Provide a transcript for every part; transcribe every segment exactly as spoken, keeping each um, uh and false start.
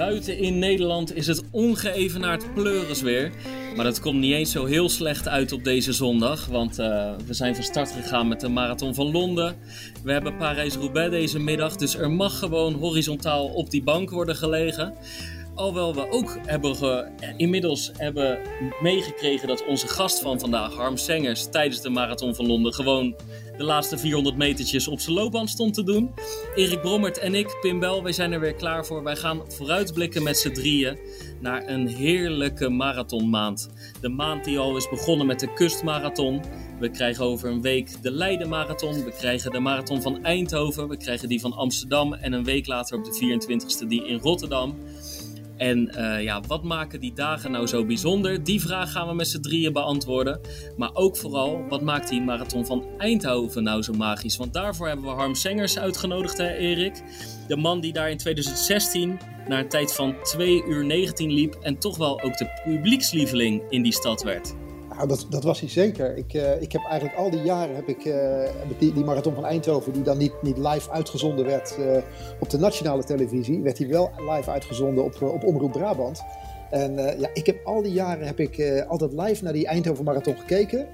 Buiten in Nederland is het ongeëvenaard pleurisweer. Maar dat komt niet eens zo heel slecht uit op deze zondag. Want uh, we zijn van start gegaan met de Marathon van Londen. We hebben Parijs-Roubaix deze middag. Dus er mag gewoon horizontaal op die bank worden gelegen. Alhoewel we ook hebben ge, inmiddels hebben meegekregen dat onze gast van vandaag, Harm Sengers, tijdens de Marathon van Londen gewoon de laatste vierhonderd metertjes op zijn loopband stond te doen. Erik Brommert en ik, Pim Bel, wij zijn er weer klaar voor. Wij gaan vooruitblikken met z'n drieën naar een heerlijke marathonmaand. De maand die al is begonnen met de Kustmarathon. We krijgen over een week de Leiden Marathon. We krijgen de Marathon van Eindhoven. We krijgen die van Amsterdam. En een week later op de vierentwintigste die in Rotterdam. En uh, ja, wat maken die dagen nou zo bijzonder? Die vraag gaan we met z'n drieën beantwoorden. Maar ook vooral, wat maakt die Marathon van Eindhoven nou zo magisch? Want daarvoor hebben we Harm Sengers uitgenodigd, hè Erik? De man die daar in twintig zestien naar een tijd van twee uur negentien liep en toch wel ook de publiekslieveling in die stad werd. Nou, dat, dat was hij zeker. Ik, uh, ik heb eigenlijk al die jaren heb ik, uh, heb ik die, die Marathon van Eindhoven, die dan niet, niet live uitgezonden werd uh, op de nationale televisie, werd hij wel live uitgezonden op, uh, op Omroep Brabant. En uh, ja, ik heb al die jaren heb ik uh, altijd live naar die Eindhoven Marathon gekeken.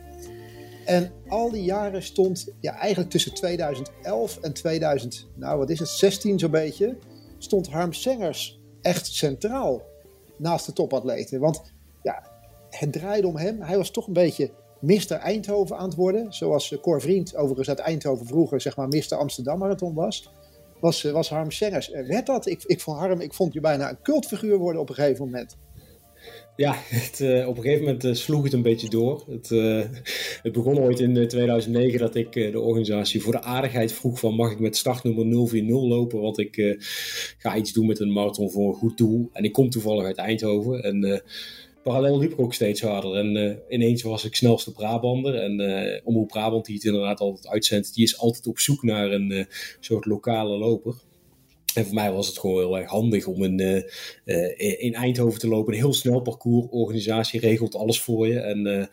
En al die jaren stond, ja, eigenlijk tussen tweeduizend elf en tweeduizend, nou wat is het, zestien zo'n beetje, stond Harm Sengers echt centraal naast de topatleten. Want ja, het draaide om hem. Hij was toch een beetje mister Eindhoven aan het worden. Zoals Cor Vriend overigens uit Eindhoven vroeger zeg maar mister Amsterdam Marathon was. Was, was Harm Sengers. Werd dat? Ik, ik vond Harm, ik vond je bijna een cultfiguur worden op een gegeven moment. Ja, het, uh, op een gegeven moment uh, sloeg het een beetje door. Het, uh, het begon ooit in uh, tweeduizend negen dat ik uh, de organisatie voor de aardigheid vroeg van mag ik met startnummer nul vier nul lopen, want ik uh, ga iets doen met een marathon voor een goed doel. En ik kom toevallig uit Eindhoven en uh, parallel liep ik ook steeds harder. En uh, ineens was ik snelste Brabander. En uh, Omroep Brabant, die het inderdaad altijd uitzendt, die is altijd op zoek naar een uh, soort lokale loper. En voor mij was het gewoon heel erg handig om in, uh, uh, in Eindhoven te lopen. Een heel snel parcours, organisatie regelt alles voor je. En uh,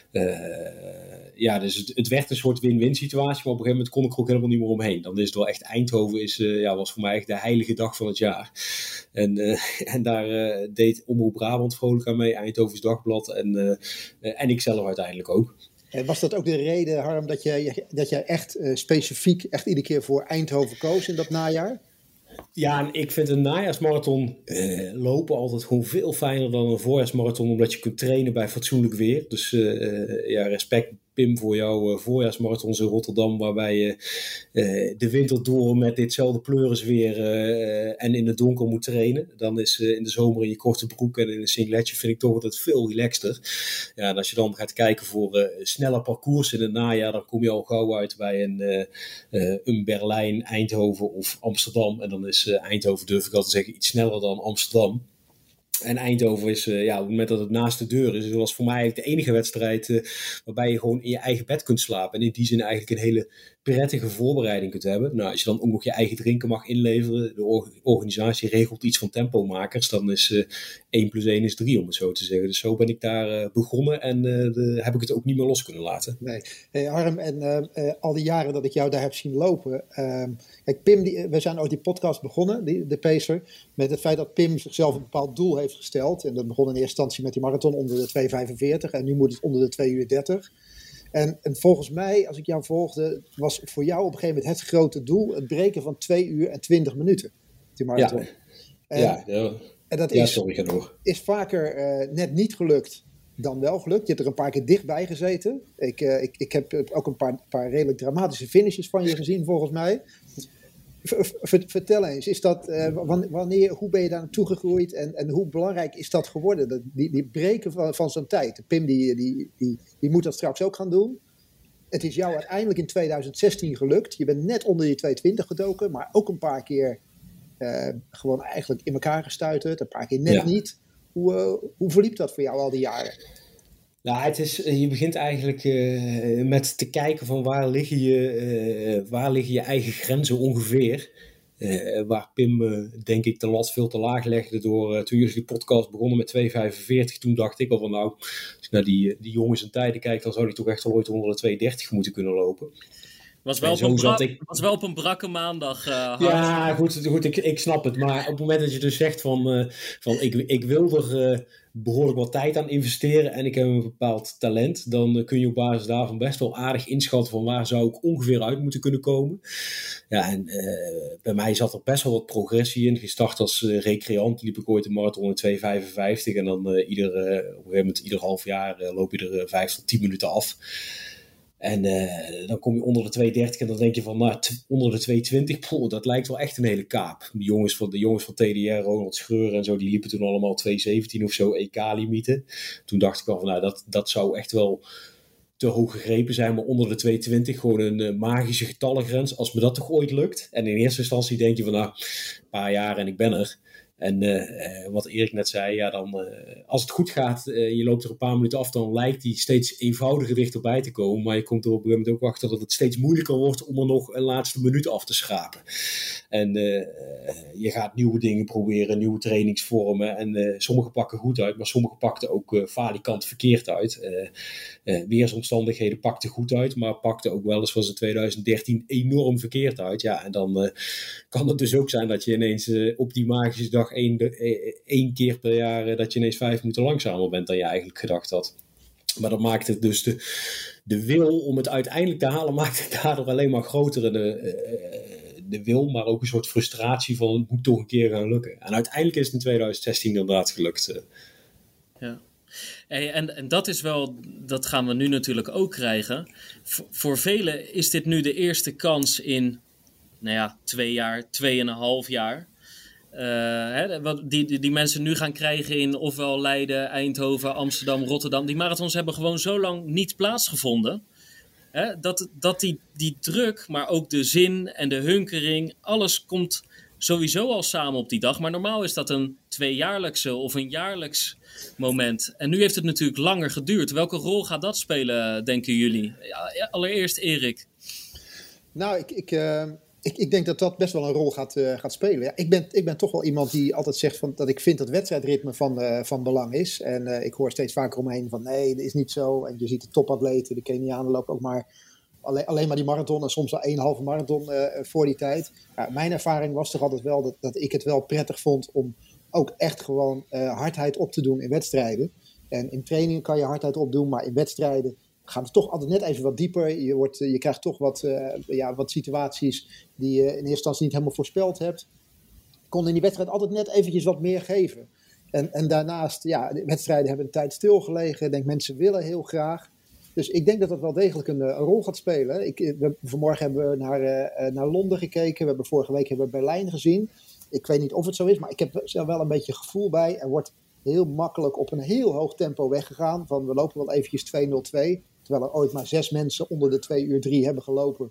uh, ja, dus het, het werd een soort win-win situatie. Maar op een gegeven moment kon ik er ook helemaal niet meer omheen. Dan is het wel echt, Eindhoven is, uh, ja, was voor mij echt de heilige dag van het jaar. En, uh, en daar uh, deed Omroep Brabant vrolijk aan mee, Eindhovens Dagblad. En, uh, uh, en ik zelf uiteindelijk ook. En was dat ook de reden, Harm, dat jij, dat jij echt uh, specifiek echt iedere keer voor Eindhoven koos in dat najaar? Ja, en ik vind een najaarsmarathon uh, lopen altijd gewoon veel fijner dan een voorjaarsmarathon, omdat je kunt trainen bij fatsoenlijk weer. Dus uh, ja, respect Pim voor jouw uh, voorjaarsmarathons in Rotterdam, waarbij je uh, de winter door met ditzelfde pleurisweer uh, en in het donker moet trainen. Dan is uh, in de zomer in je korte broek en in een singletje vind ik toch altijd veel relaxter. Ja, en als je dan gaat kijken voor uh, snelle parcours in het najaar, dan kom je al gauw uit bij een, uh, uh, een Berlijn, Eindhoven of Amsterdam. En dan is uh, Eindhoven, durf ik altijd te zeggen, iets sneller dan Amsterdam. En Eindhoven is, uh, ja, op het moment dat het naast de deur is, was voor mij eigenlijk de enige wedstrijd uh, waarbij je gewoon in je eigen bed kunt slapen. En in die zin eigenlijk een hele prettige voorbereiding kunt hebben. Nou, als je dan ook nog je eigen drinken mag inleveren, de or- organisatie regelt iets van tempomakers, dan is uh, één plus één is drie, om het zo te zeggen. Dus zo ben ik daar uh, begonnen en uh, de, heb ik het ook niet meer los kunnen laten. Nee. Hey Harm, en uh, uh, al die jaren dat ik jou daar heb zien lopen. Uh, kijk, Pim, die, we zijn ooit die podcast begonnen, die, de Pacer, met het feit dat Pim zichzelf een bepaald doel heeft gesteld. En dat begon in eerste instantie met die marathon onder de twee uur vijfenveertig en nu moet het onder de twee uur dertig. En, en volgens mij, als ik jou volgde, was voor jou op een gegeven moment het grote doel het breken van twee uur en twintig minuten. Die marathon. Ja, en, ja, ja. en dat ja is, sorry, ga door. is vaker uh, net niet gelukt dan wel gelukt. Je hebt er een paar keer dichtbij gezeten. Ik, uh, ik, ik heb ook een paar, paar redelijk dramatische finishes van je gezien, volgens mij. Vertel eens, is dat, uh, wanneer, hoe ben je daar naartoe gegroeid en, en hoe belangrijk is dat geworden? Dat, die, die breken van, van zo'n tijd. Pim die, die, die, die moet dat straks ook gaan doen. Het is jou uiteindelijk in tweeduizend zestien gelukt. Je bent net onder die twee twintig gedoken, maar ook een paar keer uh, gewoon eigenlijk in elkaar gestuiterd. Een paar keer net ja. niet. Hoe, uh, hoe verliep dat voor jou al die jaren? Nou, het is, je begint eigenlijk uh, met te kijken van waar liggen je, uh, waar liggen je eigen grenzen ongeveer. Uh, waar Pim, uh, denk ik, de lat veel te laag legde door, uh, toen jullie die podcast begonnen met twee uur vijfenveertig. Toen dacht ik al van nou, als ik naar die, die jongens en tijden kijk, dan zou die toch echt al ooit onder de twee uur dertig moeten kunnen lopen. Was wel, op een, bra- ik... was wel op een brakke maandag. Uh, ja, goed, goed ik, ik snap het. Maar op het moment dat je dus zegt van, uh, van ik, ik wil er uh, behoorlijk wat tijd aan investeren en ik heb een bepaald talent, dan uh, kun je op basis daarvan best wel aardig inschatten van waar zou ik ongeveer uit moeten kunnen komen. Ja, en uh, bij mij zat er best wel wat progressie in. Gestart als uh, recreant liep ik ooit een marathon in twee vijfenvijftig en dan uh, ieder, uh, op een gegeven moment ieder half jaar uh, loop je er uh, vijf tot tien minuten af. En uh, dan kom je onder de twee dertig en dan denk je van, nou, t- onder de twee twintig, poh, dat lijkt wel echt een hele kaap. De jongens van, de jongens van T D R, Ronald Schreuder en zo, die liepen toen allemaal twee zeventien of zo E K-limieten. Toen dacht ik al van, nou, dat, dat zou echt wel te hoog gegrepen zijn, maar onder de twee twintig gewoon een uh, magische getallengrens, als me dat toch ooit lukt. En in eerste instantie denk je van, nou, een paar jaar en ik ben er. En uh, uh, wat Erik net zei, ja, dan, uh, als het goed gaat, uh, je loopt er een paar minuten af, dan lijkt die steeds eenvoudiger dichterbij te komen. Maar je komt er op een gegeven moment ook achter dat het steeds moeilijker wordt om er nog een laatste minuut af te schrapen. En uh, uh, je gaat nieuwe dingen proberen, nieuwe trainingsvormen. En uh, sommige pakken goed uit, maar sommige pakten ook uh, falikant verkeerd uit. Uh, uh, weersomstandigheden pakten goed uit, maar pakten ook wel eens, zoals in twintig dertien, enorm verkeerd uit. Ja, en dan uh, kan het dus ook zijn dat je ineens uh, op die magische dag Één, één keer per jaar dat je ineens vijf minuten langzamer bent dan je eigenlijk gedacht had. Maar dat maakt het dus de, de wil om het uiteindelijk te halen, maakt het daardoor alleen maar groter. De, de wil, maar ook een soort frustratie van het moet toch een keer gaan lukken. En uiteindelijk is het in twintig zestien inderdaad gelukt. Ja. Hey, en, en dat is wel, dat gaan we nu natuurlijk ook krijgen. V- voor velen is dit nu de eerste kans in, nou ja, twee jaar, tweeënhalf jaar. Uh, hè, wat die, die, die mensen nu gaan krijgen in ofwel Leiden, Eindhoven, Amsterdam, Rotterdam. Die marathons hebben gewoon zo lang niet plaatsgevonden. Hè, dat dat die, die druk, maar ook de zin en de hunkering, alles komt sowieso al samen op die dag. Maar normaal is dat een tweejaarlijkse of een jaarlijks moment. En nu heeft het natuurlijk langer geduurd. Welke rol gaat dat spelen, denken jullie? Ja, allereerst Erik. Nou, ik... ik uh... Ik, ik denk dat dat best wel een rol gaat, uh, gaat spelen. Ja, ik, ben, ik ben toch wel iemand die altijd zegt van, dat ik vind dat wedstrijdritme van, uh, van belang is. En uh, ik hoor steeds vaker omheen van nee, dat is niet zo. En je ziet de topatleten, de Kenianen lopen ook maar alleen, alleen maar die marathon en soms al één halve marathon uh, voor die tijd. Ja, mijn ervaring was toch altijd wel dat, dat ik het wel prettig vond om ook echt gewoon uh, hardheid op te doen in wedstrijden. En in trainingen kan je hardheid opdoen, maar in wedstrijden gaat het toch altijd net even wat dieper. Je, wordt, je krijgt toch wat, uh, ja, wat situaties die je in eerste instantie niet helemaal voorspeld hebt. Ik kon in die wedstrijd altijd net eventjes wat meer geven. En, en daarnaast, ja, de wedstrijden hebben een tijd stilgelegen. Ik denk, mensen willen heel graag. Dus ik denk dat dat wel degelijk een, een rol gaat spelen. Ik, we, vanmorgen hebben we naar, uh, naar Londen gekeken. We hebben vorige week hebben we Berlijn gezien. Ik weet niet of het zo is, maar ik heb er wel een beetje gevoel bij. Er wordt heel makkelijk op een heel hoog tempo weggegaan. Van we lopen wel eventjes twee nul twee. Terwijl er ooit maar zes mensen onder de twee uur drie hebben gelopen.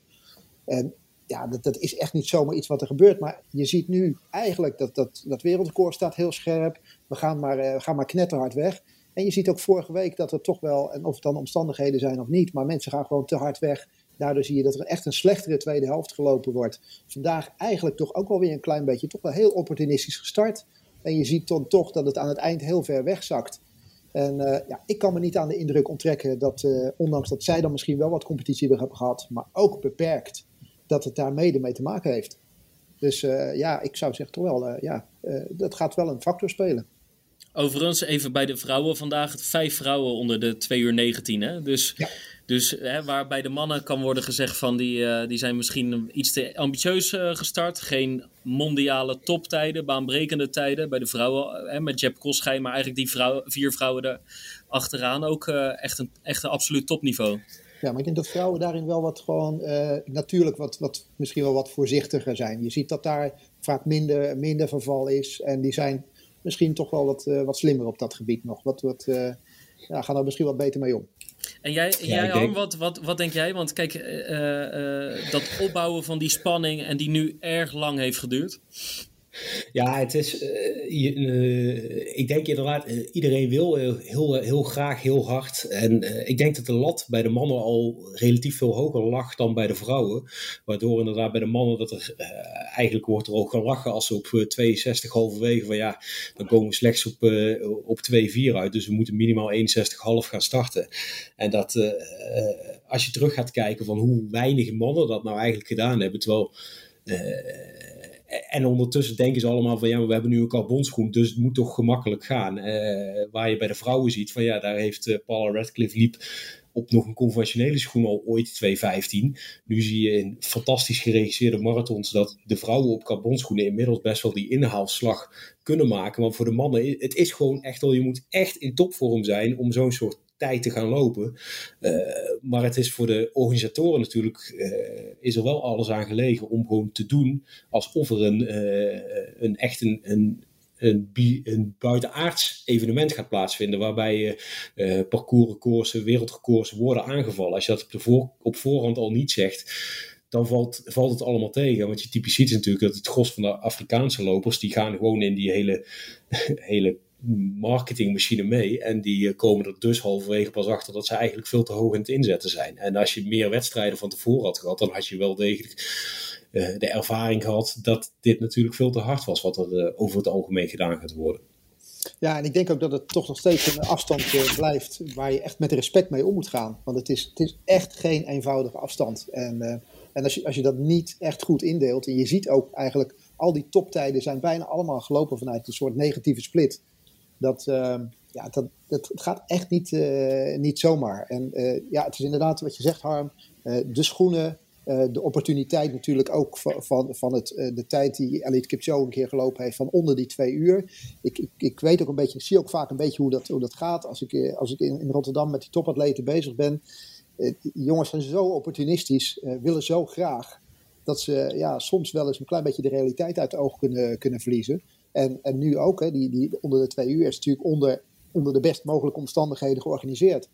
En ja, dat, dat is echt niet zomaar iets wat er gebeurt. Maar je ziet nu eigenlijk dat dat, dat wereldrecord staat heel scherp. We gaan maar, uh, gaan maar knetterhard weg. En je ziet ook vorige week dat er toch wel, en of het dan omstandigheden zijn of niet, maar mensen gaan gewoon te hard weg. Daardoor zie je dat er echt een slechtere tweede helft gelopen wordt. Vandaag eigenlijk toch ook wel weer een klein beetje, toch wel heel opportunistisch gestart. En je ziet dan toch dat het aan het eind heel ver wegzakt. En uh, ja, ik kan me niet aan de indruk onttrekken dat, uh, ondanks dat zij dan misschien wel wat competitie hebben gehad, maar ook beperkt, dat het daar mede mee te maken heeft. Dus uh, ja, ik zou zeggen toch wel, uh, ja, uh, dat gaat wel een factor spelen. Overigens, even bij de vrouwen vandaag, vijf vrouwen onder de twee uur negentien. Hè? Dus, ja. dus hè, waar bij de mannen kan worden gezegd van die, uh, die zijn misschien iets te ambitieus uh, gestart. Geen mondiale toptijden, baanbrekende tijden. Bij de vrouwen hè, met Jeb Koschei, maar eigenlijk die vrouw, vier vrouwen er achteraan ook uh, echt, een, echt een absoluut topniveau. Ja, maar ik denk dat vrouwen daarin wel wat gewoon uh, natuurlijk wat, wat, misschien wel wat voorzichtiger zijn. Je ziet dat daar vaak minder, minder verval is en die zijn misschien toch wel wat, uh, wat slimmer op dat gebied nog. Wat, wat, uh, ja, gaan er misschien wat beter mee om. En jij, ja, jij denk... wat, wat, wat denk jij? Want kijk, uh, uh, dat opbouwen van die spanning en die nu erg lang heeft geduurd. Ja, het is, uh, je, uh, ik denk inderdaad, uh, iedereen wil uh, heel, uh, heel graag, heel hard. En uh, ik denk dat de lat bij de mannen al relatief veel hoger lag dan bij de vrouwen. Waardoor inderdaad bij de mannen dat er, uh, eigenlijk wordt er ook gelachen als ze op uh, tweeënzestig halverwege van ja, dan komen we slechts op, uh, op twee vier uit. Dus we moeten minimaal eenenzestig komma vijf gaan starten. En dat, uh, uh, als je terug gaat kijken van hoe weinig mannen dat nou eigenlijk gedaan hebben, terwijl... Uh, En ondertussen denken ze allemaal van ja, we hebben nu een carbonschoen, dus het moet toch gemakkelijk gaan. Uh, waar je bij de vrouwen ziet van ja, daar heeft uh, Paula Radcliffe liep op nog een conventionele schoen al ooit twee vijftien. Nu zie je in fantastisch geregisseerde marathons dat de vrouwen op carbonschoenen inmiddels best wel die inhaalslag kunnen maken. Want voor de mannen, het is gewoon echt al, je moet echt in topvorm zijn om zo'n soort tijd te gaan lopen. Uh, maar het is voor de organisatoren natuurlijk, uh, is er wel alles aan gelegen om gewoon te doen alsof er een, uh, een echt een, een, een, bi- een buitenaards evenement gaat plaatsvinden, waarbij uh, uh, parcoursrecords, wereldrecords worden aangevallen. Als je dat op, de voor, op voorhand al niet zegt, dan valt, valt het allemaal tegen. Want je typisch ziet natuurlijk dat het gros van de Afrikaanse lopers, die gaan gewoon in die hele, hele marketingmachine mee. En die uh, komen er dus halverwege pas achter dat ze eigenlijk veel te hoog in het inzetten zijn. En als je meer wedstrijden van tevoren had gehad, dan had je wel degelijk uh, de ervaring gehad dat dit natuurlijk veel te hard was wat er uh, over het algemeen gedaan gaat worden. Ja, en ik denk ook dat het toch nog steeds een afstand uh, blijft waar je echt met respect mee om moet gaan. Want het is, het is echt geen eenvoudige afstand. En, uh, en als, je, als je dat niet echt goed indeelt, en je ziet ook eigenlijk al die toptijden zijn bijna allemaal gelopen vanuit een soort negatieve split. Dat, uh, ja, dat, dat, het gaat echt niet, uh, niet zomaar. En uh, ja, het is inderdaad wat je zegt, Harm, uh, de schoenen, uh, de opportuniteit natuurlijk ook van, van, van het, uh, de tijd die Eliud Kipchoge een keer gelopen heeft van onder die twee uur. Ik, ik, ik weet ook een beetje, ik zie ook vaak een beetje hoe dat, hoe dat gaat als ik, uh, als ik in, in Rotterdam met die topatleten bezig ben. Uh, die jongens zijn zo opportunistisch, uh, willen zo graag, dat ze ja, soms wel eens een klein beetje de realiteit uit de ogen kunnen, kunnen verliezen. En, en nu ook, hè, die, die onder de twee uur is natuurlijk onder, onder de best mogelijke omstandigheden georganiseerd.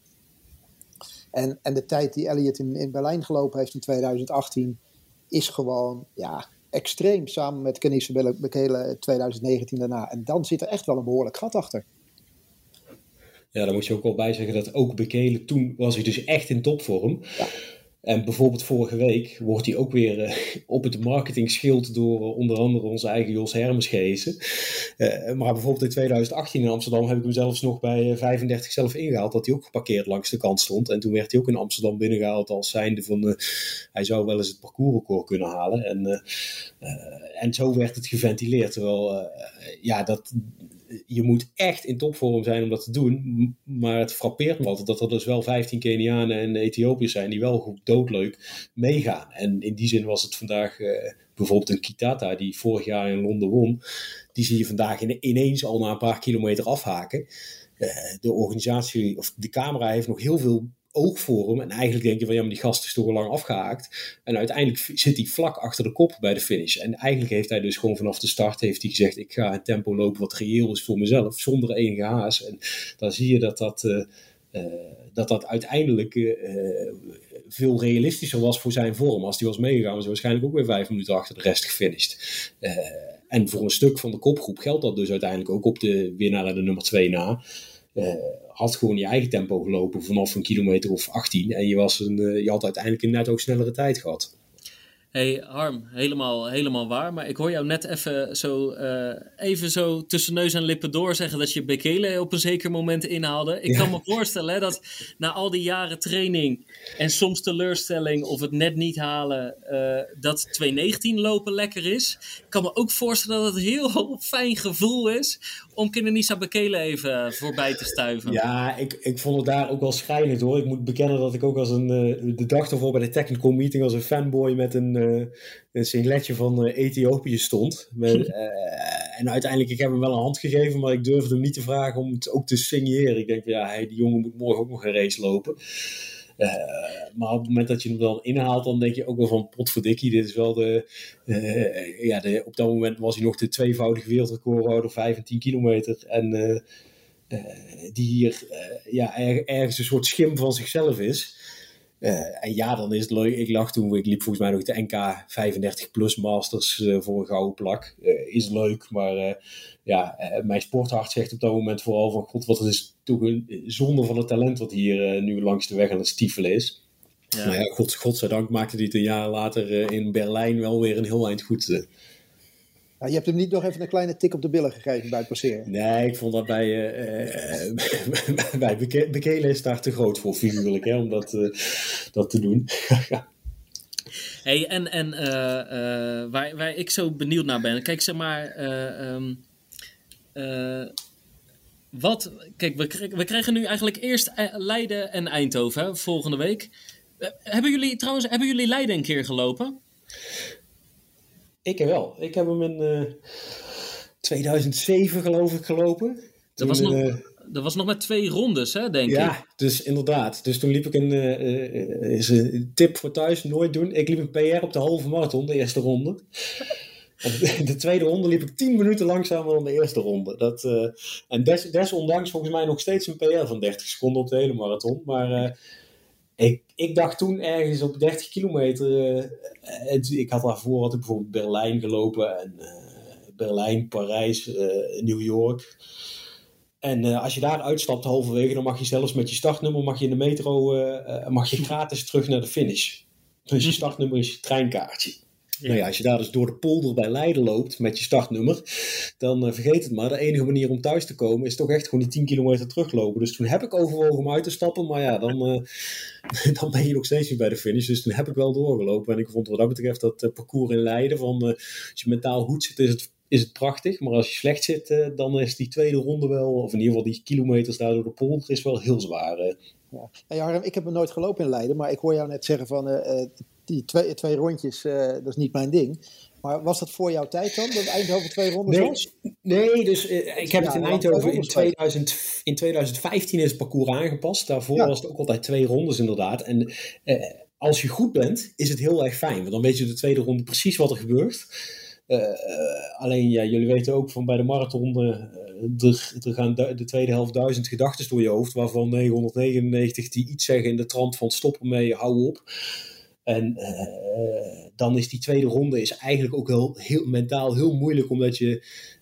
En, en de tijd die Eliud in, in Berlijn gelopen heeft in twintig achttien is gewoon ja, extreem, samen met Kenenisa Bekele twintig negentien daarna. En dan zit er echt wel een behoorlijk gat achter. Ja, daar moet je ook wel bij zeggen dat ook Bekele, toen was hij dus echt in topvorm. Ja. En bijvoorbeeld vorige week wordt hij ook weer uh, op het marketingschild door uh, onder andere onze eigen Jos Hermes gehesen. Uh, maar bijvoorbeeld in twintig achttien in Amsterdam heb ik hem zelfs nog bij uh, vijfendertig zelf ingehaald, dat hij ook geparkeerd langs de kant stond. En toen werd hij ook in Amsterdam binnengehaald als zijnde van uh, hij zou wel eens het parcoursrecord kunnen halen. En, uh, uh, en zo werd het geventileerd. Terwijl uh, ja, dat... je moet echt in topvorm zijn om dat te doen. Maar het frappeert me altijd dat er dus wel vijftien Kenianen en Ethiopiërs zijn die wel goed doodleuk meegaan. En in die zin was het vandaag uh, bijvoorbeeld een Kitata die vorig jaar in Londen won. Die zie je vandaag ineens al na een paar kilometer afhaken. Uh, de organisatie, of de camera heeft nog heel veel oog voor hem. En eigenlijk denk je van ja, maar die gast is toch al lang afgehaakt. En uiteindelijk zit hij vlak achter de kop bij de finish. En eigenlijk heeft hij dus gewoon vanaf de start heeft hij gezegd, ik ga een tempo lopen wat reëel is voor mezelf, zonder enige haast. En dan zie je dat dat, uh, uh, dat, dat uiteindelijk uh, veel realistischer was voor zijn vorm. Als hij was meegegaan, was hij waarschijnlijk ook weer vijf minuten achter de rest gefinished. Uh, en voor een stuk van de kopgroep geldt dat dus uiteindelijk ook op de winnaar en de nummer twee na. Uh, had gewoon je eigen tempo gelopen vanaf een kilometer of achttien. En je, was een, uh, je had uiteindelijk een net ook snellere tijd gehad. Hey Harm, helemaal, helemaal waar. Maar ik hoor jou net even zo, uh, even zo tussen neus en lippen door zeggen dat je Bekele op een zeker moment inhaalde. Ik ja. kan me voorstellen hè, dat na al die jaren training en soms teleurstelling of het net niet halen, uh, dat twee negentien lopen lekker is. Ik kan me ook voorstellen dat het een heel fijn gevoel is om Kenenisa Bekele even voorbij te stuiven. Ja, ik, ik vond het daar ook wel schrijnend hoor. Ik moet bekennen dat ik ook als een, uh, de dag ervoor bij de technical meeting als een fanboy met een Uh, een singletje van uh, Ethiopië stond. Met, uh, en uiteindelijk, ik heb hem wel een hand gegeven, maar ik durfde hem niet te vragen om het ook te signeren. Ik denk van ja, hey, die jongen moet morgen ook nog een race lopen. Uh, maar op het moment dat je hem dan inhaalt, dan denk je ook wel van potverdikkie, dit is wel de, uh, ja, de... Op dat moment was hij nog de tweevoudige wereldrecordhouder, vijf en tien kilometer. En uh, uh, die hier uh, ja, er, ergens een soort schim van zichzelf is. Uh, en ja, dan is het leuk. Ik lag toen, ik liep volgens mij nog de N K vijfendertig plus Masters uh, voor een gouden plak. Uh, is leuk, maar uh, ja, uh, mijn sporthart zegt op dat moment vooral van god, wat is toch een zonde van het talent wat hier uh, nu langs de weg aan het stiefelen is. Ja. Maar ja, god, godzijdank maakte hij het een jaar later uh, in Berlijn wel weer een heel eind goed. Uh. Nou, je hebt hem niet nog even een kleine tik op de billen gegeven bij het passeren? Nee, ik vond dat bij, uh, uh, bij Beke- Bekele is daar te groot voor figuurlijk, hè, om dat, uh, dat te doen. Hey, en en uh, uh, waar, waar ik zo benieuwd naar ben, kijk, zeg maar, uh, um, uh, wat, kijk, we, krijgen, we krijgen nu eigenlijk eerst Leiden en Eindhoven, hè, volgende week. Uh, hebben jullie, trouwens, hebben jullie Leiden een keer gelopen? Ik wel. Ik heb hem in uh, tweeduizend zeven geloof ik gelopen. Dat toen, was, nog, uh, dat was nog met twee rondes, hè, denk ja, ik. Ja, dus inderdaad. Dus toen liep ik een, uh, uh, is een tip voor thuis, nooit doen. Ik liep een P R op de halve marathon, de eerste ronde. En de, de tweede ronde liep ik tien minuten langzamer dan de eerste ronde. Dat, uh, en des, desondanks volgens mij nog steeds een P R van dertig seconden op de hele marathon. Maar uh, ik, ik dacht toen ergens op dertig kilometer... Uh, het, ik had daarvoor had ik bijvoorbeeld Berlijn gelopen. En uh, Berlijn, Parijs, uh, New York. En uh, als je daar uitstapt halverwege, dan mag je zelfs met je startnummer... mag je in de metro uh, mag je gratis terug naar de finish. Dus je startnummer is je treinkaartje. Ja. Nou ja, als je daar dus door de polder bij Leiden loopt met je startnummer, dan uh, vergeet het maar. De enige manier om thuis te komen is toch echt gewoon die tien kilometer teruglopen. Dus toen heb ik overwogen om uit te stappen, maar ja, dan, uh, dan ben je nog steeds niet bij de finish. Dus toen heb ik wel doorgelopen. En ik vond wat dat betreft dat uh, parcours in Leiden, van, uh, als je mentaal goed zit, is het, is het prachtig. Maar als je slecht zit, uh, dan is die tweede ronde wel, of in ieder geval die kilometers daar door de polder, is wel heel zwaar. Uh. Ja. Hey Harm, ik heb me nooit gelopen in Leiden, maar ik hoor jou net zeggen van... Uh, Die twee, twee rondjes, uh, dat is niet mijn ding. Maar was dat voor jouw tijd dan, dat Eindhoven twee rondes nee, was? Nee, dus uh, ik heb ja, het in Eindhoven in, tweeduizend, in tweeduizend vijftien is het parcours aangepast. Daarvoor ja. was het ook altijd twee rondes inderdaad. En uh, als je goed bent, is het heel erg fijn. Want dan weet je de tweede ronde precies wat er gebeurt. Uh, uh, alleen, ja, jullie weten ook van bij de marathon... Uh, er, er gaan de, de tweede helft duizend gedachten door je hoofd. Waarvan negenhonderdnegenennegentig die iets zeggen in de trant van stoppen mee, hou op. En uh, dan is die tweede ronde is eigenlijk ook heel, heel mentaal heel moeilijk, omdat je,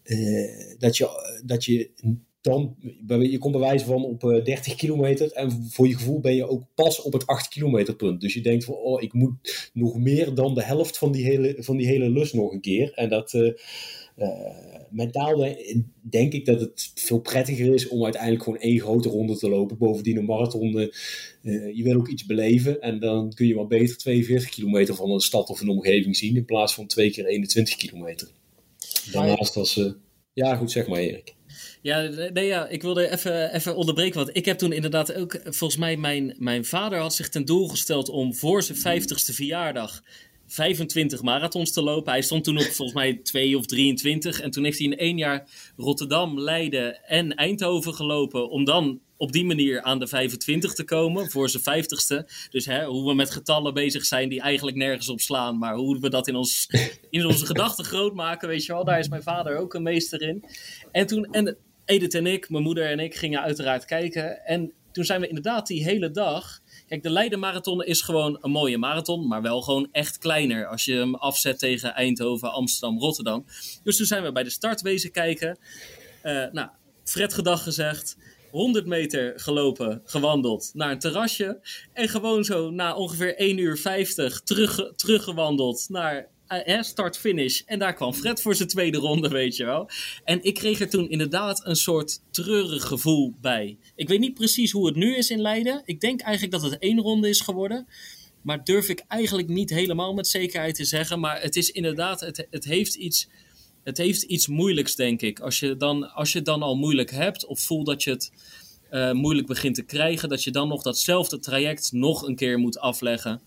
uh, dat je, dat je dan, je komt bij wijze van op uh, dertig kilometer en voor je gevoel ben je ook pas op het acht kilometer punt. Dus je denkt van, oh, ik moet nog meer dan de helft van die hele, van die hele lus nog een keer. En dat... Uh, Uh, mentaal denk ik dat het veel prettiger is om uiteindelijk gewoon één grote ronde te lopen. Bovendien een marathon, uh, uh, je wil ook iets beleven en dan kun je maar beter tweeënveertig kilometer van een stad of een omgeving zien in plaats van twee keer eenentwintig kilometer. Daarnaast als... Uh, ja, goed, zeg maar Erik. Ja, nee, ja, ik wilde even, even onderbreken, want ik heb toen inderdaad ook, volgens mij mijn, mijn vader had zich ten doel gesteld om voor zijn vijftigste verjaardag vijfentwintig marathons te lopen. Hij stond toen op volgens mij twee of drieëntwintig. En toen heeft hij in één jaar Rotterdam, Leiden en Eindhoven gelopen. Om dan op die manier aan de vijfentwintig te komen voor zijn vijftigste. Dus hè, hoe we met getallen bezig zijn die eigenlijk nergens op slaan. Maar hoe we dat in, ons, in onze gedachten groot maken, weet je wel. Daar is mijn vader ook een meester in. En toen, en Edith en ik, mijn moeder en ik, gingen uiteraard kijken. En toen zijn we inderdaad die hele dag... Kijk, de Leiden Marathon is gewoon een mooie marathon, maar wel gewoon echt kleiner als je hem afzet tegen Eindhoven, Amsterdam, Rotterdam. Dus toen zijn we bij de start wezen kijken. Uh, nou, Fred gedag gezegd, honderd meter gelopen, gewandeld naar een terrasje. En gewoon zo na ongeveer één uur vijftig terug, teruggewandeld naar... Uh, start-finish. En daar kwam Fred voor zijn tweede ronde, weet je wel. En ik kreeg er toen inderdaad een soort treurig gevoel bij. Ik weet niet precies hoe het nu is in Leiden. Ik denk eigenlijk dat het één ronde is geworden. Maar durf ik eigenlijk niet helemaal met zekerheid te zeggen. Maar het is inderdaad, het, het, heeft, iets, het heeft iets moeilijks, denk ik. Als je, dan, als je het dan al moeilijk hebt of voelt dat je het uh, moeilijk begint te krijgen, dat je dan nog datzelfde traject nog een keer moet afleggen.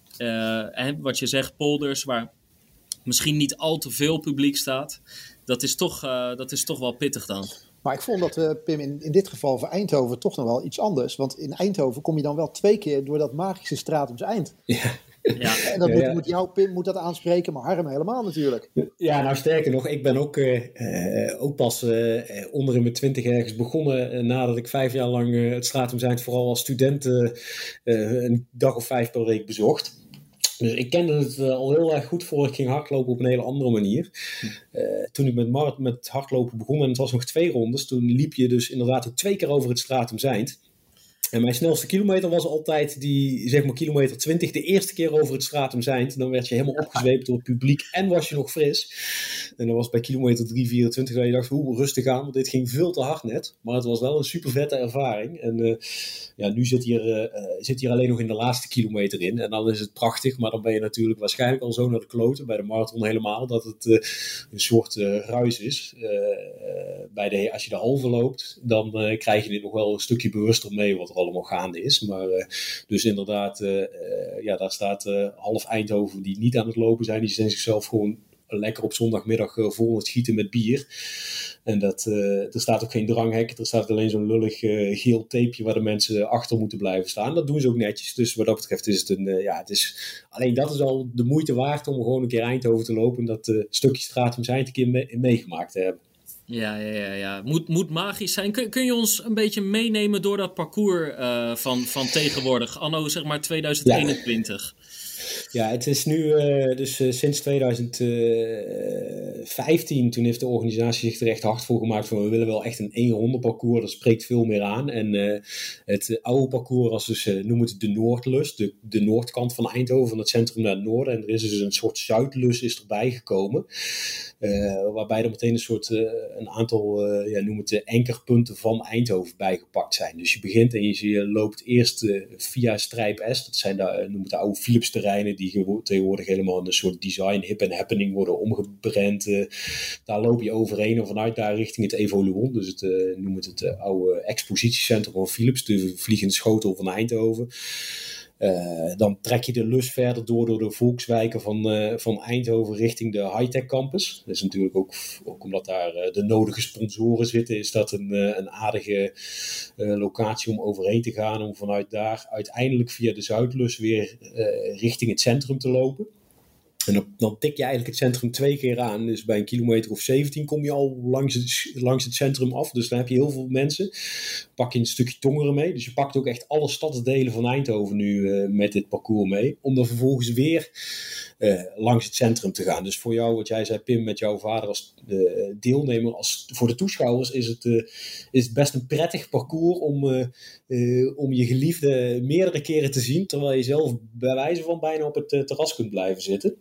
Uh, en wat je zegt, polders, waar misschien niet al te veel publiek staat. Dat is toch, uh, dat is toch wel pittig dan. Maar ik vond dat, uh, Pim, in, in dit geval voor Eindhoven toch nog wel iets anders. Want in Eindhoven kom je dan wel twee keer door dat magische Stratums Eind. Ja. Ja. En dat ja, moet, ja. moet jouw Pim moet dat aanspreken, maar Harm helemaal natuurlijk. Ja, nou sterker nog, ik ben ook, uh, uh, ook pas uh, onder in mijn twintig ergens begonnen, uh, nadat ik vijf jaar lang uh, het Stratum Zijnd vooral als student uh, uh, een dag of vijf per week bezocht. Dus ik kende het uh, al heel erg goed voor ik ging hardlopen op een hele andere manier. Uh, toen ik met, mar- met hardlopen begon, en het was nog twee rondes, toen liep je dus inderdaad ook twee keer over het Stratum Zijnd. En mijn snelste kilometer was altijd die, zeg maar, kilometer twintig. De eerste keer over het Stratum Zijnd. Dan werd je helemaal opgezweept door het publiek en was je nog fris. En dat was bij kilometer drie vierentwintig dat je dacht, hoe rustig aan, want dit ging veel te hard net. Maar het was wel een super vette ervaring. En uh, ja, nu zit hier, uh, zit hier alleen nog in de laatste kilometer in. En dan is het prachtig, maar dan ben je natuurlijk waarschijnlijk al zo naar de kloten. Bij de marathon helemaal, dat het uh, een soort uh, ruis is. Uh, bij de, als je de halve loopt, dan uh, krijg je dit nog wel een stukje bewuster mee wat er allemaal gaande is. Maar uh, dus inderdaad, uh, uh, ja, daar staat uh, half Eindhoven die niet aan het lopen zijn. Die zijn zichzelf gewoon lekker op zondagmiddag uh, vol aan het schieten met bier. En dat, uh, er staat ook geen dranghek. Er staat alleen zo'n lullig uh, geel tapeje waar de mensen achter moeten blijven staan. Dat doen ze ook netjes. Dus wat dat betreft is het een... Uh, ja, het is, alleen dat is al de moeite waard om gewoon een keer Eindhoven te lopen. En dat uh, stukje Stratum Zijnd een keer me- meegemaakt te hebben. Ja, ja, ja, ja. Moet, moet magisch zijn. Kun, kun je ons een beetje meenemen door dat parcours uh, van, van tegenwoordig, anno zeg maar twintig eenentwintig? Ja. Ja, het is nu uh, dus uh, sinds twintig vijftien, toen heeft de organisatie zich er echt hard voor gemaakt van we willen wel echt een één ronde parcours, dat spreekt veel meer aan. En uh, het uh, oude parcours was dus, uh, noem het de Noordlus, de, de noordkant van Eindhoven, van het centrum naar het noorden. En er is dus een soort Zuidlus is erbij gekomen, uh, waarbij er meteen een soort, uh, een aantal, uh, ja, noem het de ankerpunten van Eindhoven bijgepakt zijn. Dus je begint en je, je loopt eerst uh, via Strijp S, dat zijn de, uh, noem het de oude Philips terreinen, die tegenwoordig helemaal in een soort design hip en happening worden omgebrand. Uh, daar loop je overheen en vanuit daar richting het Evoluon, dus het, uh, noem het het uh, oude expositiecentrum van Philips, de vliegende schotel van Eindhoven. Uh, dan trek je de lus verder door door de volkswijken van, uh, van Eindhoven richting de high-tech campus. Dat is natuurlijk ook, ook omdat daar uh, de nodige sponsoren zitten, is dat een, uh, een aardige uh, locatie om overheen te gaan, om vanuit daar uiteindelijk via de Zuidlus weer uh, richting het centrum te lopen. En dan, dan tik je eigenlijk het centrum twee keer aan. Dus bij een kilometer of zeventien kom je al langs het, langs het centrum af. Dus dan heb je heel veel mensen. Pak je een stukje Tongeren mee. Dus je pakt ook echt alle stadsdelen van Eindhoven nu uh, met dit parcours mee. Om dan vervolgens weer uh, langs het centrum te gaan. Dus voor jou, wat jij zei Pim, met jouw vader als uh, deelnemer. Als, voor de toeschouwers is het, uh, is het best een prettig parcours om, uh, uh, om je geliefde meerdere keren te zien. Terwijl je zelf bij wijze van bijna op het uh, terras kunt blijven zitten.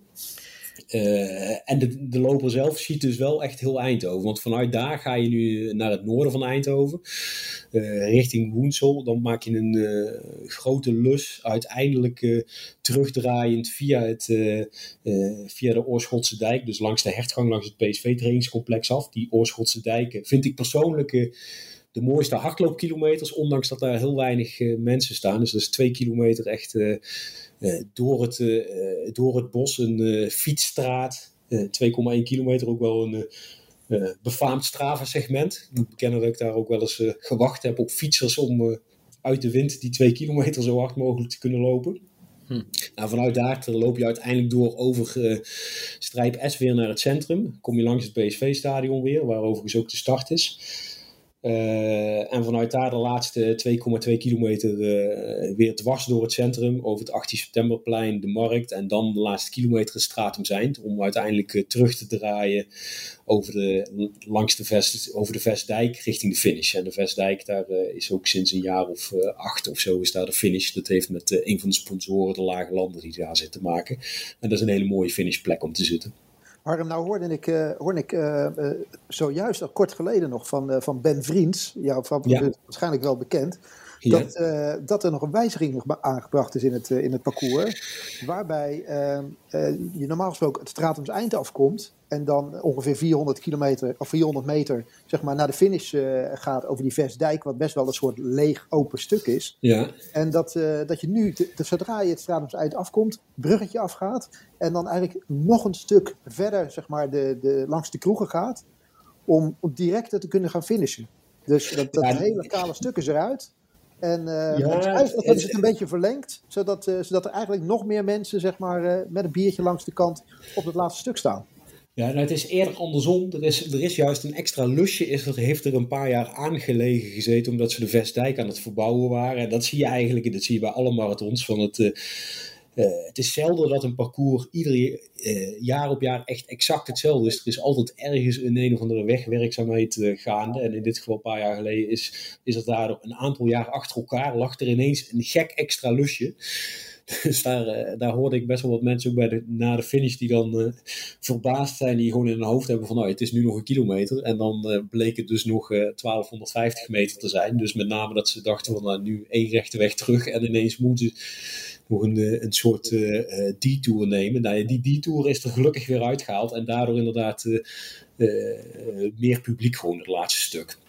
Uh, en de, de loper zelf ziet dus wel echt heel Eindhoven. Want vanuit daar ga je nu naar het noorden van Eindhoven. Uh, richting Woensel. Dan maak je een uh, grote lus. Uiteindelijk uh, terugdraaiend via, het, uh, uh, via de Oorschotse dijk. Dus langs de hertgang, langs het P S V-trainingscomplex af. Die Oorschotse dijken vind ik persoonlijk uh, de mooiste hardloopkilometers. Ondanks dat daar heel weinig uh, mensen staan. Dus dat is twee kilometer echt... Uh, Uh, door, het, uh, door het bos, een uh, fietsstraat, uh, twee komma één kilometer, ook wel een uh, uh, befaamd Strava-segment. Ik moet bekennen dat ik daar ook wel eens uh, gewacht heb op fietsers om uh, uit de wind die twee kilometer zo hard mogelijk te kunnen lopen. Hm. Nou, vanuit daar loop je uiteindelijk door over uh, Strijp S weer naar het centrum. Kom je langs het P S V-stadion weer, waar overigens ook de start is. Uh, en vanuit daar de laatste twee komma twee kilometer uh, weer dwars door het centrum, over het achttien septemberplein, de markt en dan de laatste kilometer het Stratum Zijnd, om uiteindelijk uh, terug te draaien over de, langs de, Vest, over de Vestdijk richting de finish. En de Vestdijk, daar uh, is ook sinds een jaar of uh, acht of zo is daar de finish. Dat heeft met uh, een van de sponsoren, de Lage Landen, die daar zitten, te maken. En dat is een hele mooie finishplek om te zitten. Harm, nou hoorde ik, uh, hoorde ik uh, uh, zojuist al kort geleden nog van, uh, van Ben Vriends, jouw favoriet, ja. Waarschijnlijk wel bekend, ja. dat, uh, dat er nog een wijziging nog aangebracht is in het, uh, in het parcours, waarbij uh, uh, je normaal gesproken het Stratum Zijnd afkomt en dan ongeveer vierhonderd kilometer of vierhonderd meter zeg maar, naar de finish uh, gaat over die Vestdijk, wat best wel een soort leeg open stuk is. Ja. En dat, uh, dat je nu, te, te, zodra je het Stratum Zijnd afkomt, bruggetje afgaat en dan eigenlijk nog een stuk verder zeg maar, de, de, langs de kroegen gaat om, om direct te kunnen gaan finishen. Dus dat, dat ja. hele kale stuk is eruit. En uh, Ja, dus eigenlijk het, hebben ze het een beetje verlengd, zodat, uh, zodat er eigenlijk nog meer mensen zeg maar, uh, met een biertje langs de kant op het laatste stuk staan. Ja, nou, het is eerder andersom. Er is, er is juist een extra lusje, is er, heeft er een paar jaar aangelegen gezeten, omdat ze de Vestdijk aan het verbouwen waren. En dat zie je eigenlijk, en dat zie je bij alle marathons, van het... Uh, Uh, het is zelden dat een parcours ieder uh, jaar op jaar echt exact hetzelfde is. Er is altijd ergens een een of andere wegwerkzaamheid uh, gaande. En in dit geval een paar jaar geleden is, is er daardoor een aantal jaar achter elkaar lag er ineens een gek extra lusje. Dus daar, uh, daar hoorde ik best wel wat mensen ook bij de, na de finish die dan uh, verbaasd zijn, die gewoon in hun hoofd hebben van nou, het is nu nog een kilometer. En dan uh, bleek het dus nog uh, twaalfhonderdvijftig meter te zijn. Dus met name dat ze dachten van nou, nu één rechte weg terug en ineens moeten nog een, een soort uh, detour nemen. Nou, die detour is er gelukkig weer uitgehaald en daardoor inderdaad uh, uh, meer publiek gewoon het laatste stuk.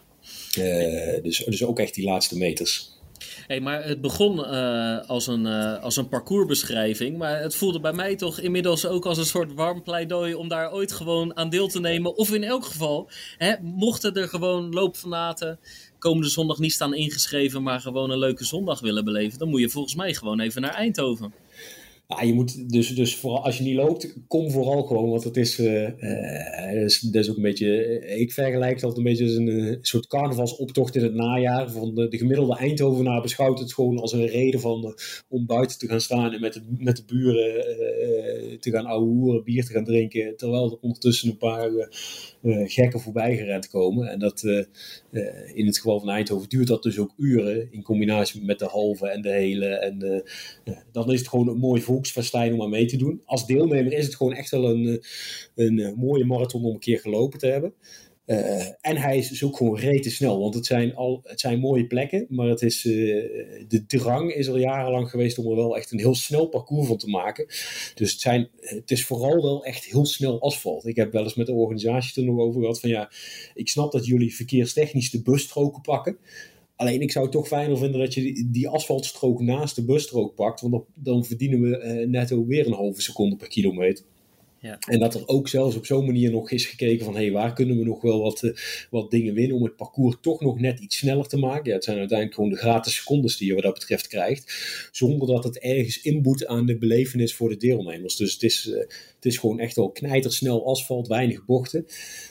Uh, dus, dus ook echt die laatste meters. Hey, maar het begon uh, als, een, uh, als een parcoursbeschrijving, maar het voelde bij mij toch inmiddels ook als een soort warm pleidooi om daar ooit gewoon aan deel te nemen. Of in elk geval, hè, mochten er gewoon loopfanaten komende zondag niet staan ingeschreven, maar gewoon een leuke zondag willen beleven, dan moet je volgens mij gewoon even naar Eindhoven. Ja, je moet dus, dus vooral, als je niet loopt, kom vooral gewoon, want het is, uh, uh, dat is, dat is ook een beetje, uh, ik vergelijk het altijd een beetje als een uh, soort carnavalsoptocht in het najaar. Van de, de gemiddelde Eindhovenaar beschouwt het gewoon als een reden van, uh, om buiten te gaan staan en met de, met de buren uh, te gaan ouwehoeren, bier te gaan drinken, terwijl er ondertussen een paar uh, uh, gekken voorbij gerend komen. En dat uh, uh, in het geval van Eindhoven duurt dat dus ook uren, in combinatie met de halve en de hele. En uh, uh, dan is het gewoon een mooi volksfestijn om aan mee te doen. Als deelnemer is het gewoon echt wel een, een, een mooie marathon om een keer gelopen te hebben. Uh, en hij is dus ook gewoon rete snel, want het zijn, al, het zijn mooie plekken, maar het is, uh, de drang is er jarenlang geweest om er wel echt een heel snel parcours van te maken. Dus het, zijn, het is vooral wel echt heel snel asfalt. Ik heb wel eens met de organisatie er nog over gehad van ja, ik snap dat jullie verkeerstechnisch de busstroken pakken. Alleen ik zou het toch fijner vinden dat je die, die asfaltstrook naast de busstrook pakt, want dan, dan verdienen we uh, netto weer een halve seconde per kilometer. Ja. En dat er ook zelfs op zo'n manier nog is gekeken van hey, waar kunnen we nog wel wat, uh, wat dingen winnen om het parcours toch nog net iets sneller te maken. Ja, het zijn uiteindelijk gewoon de gratis secondes die je wat dat betreft krijgt, zonder dat het ergens inboet aan de belevenis voor de deelnemers. Dus het is, uh, het is gewoon echt wel knijtersnel asfalt, weinig bochten,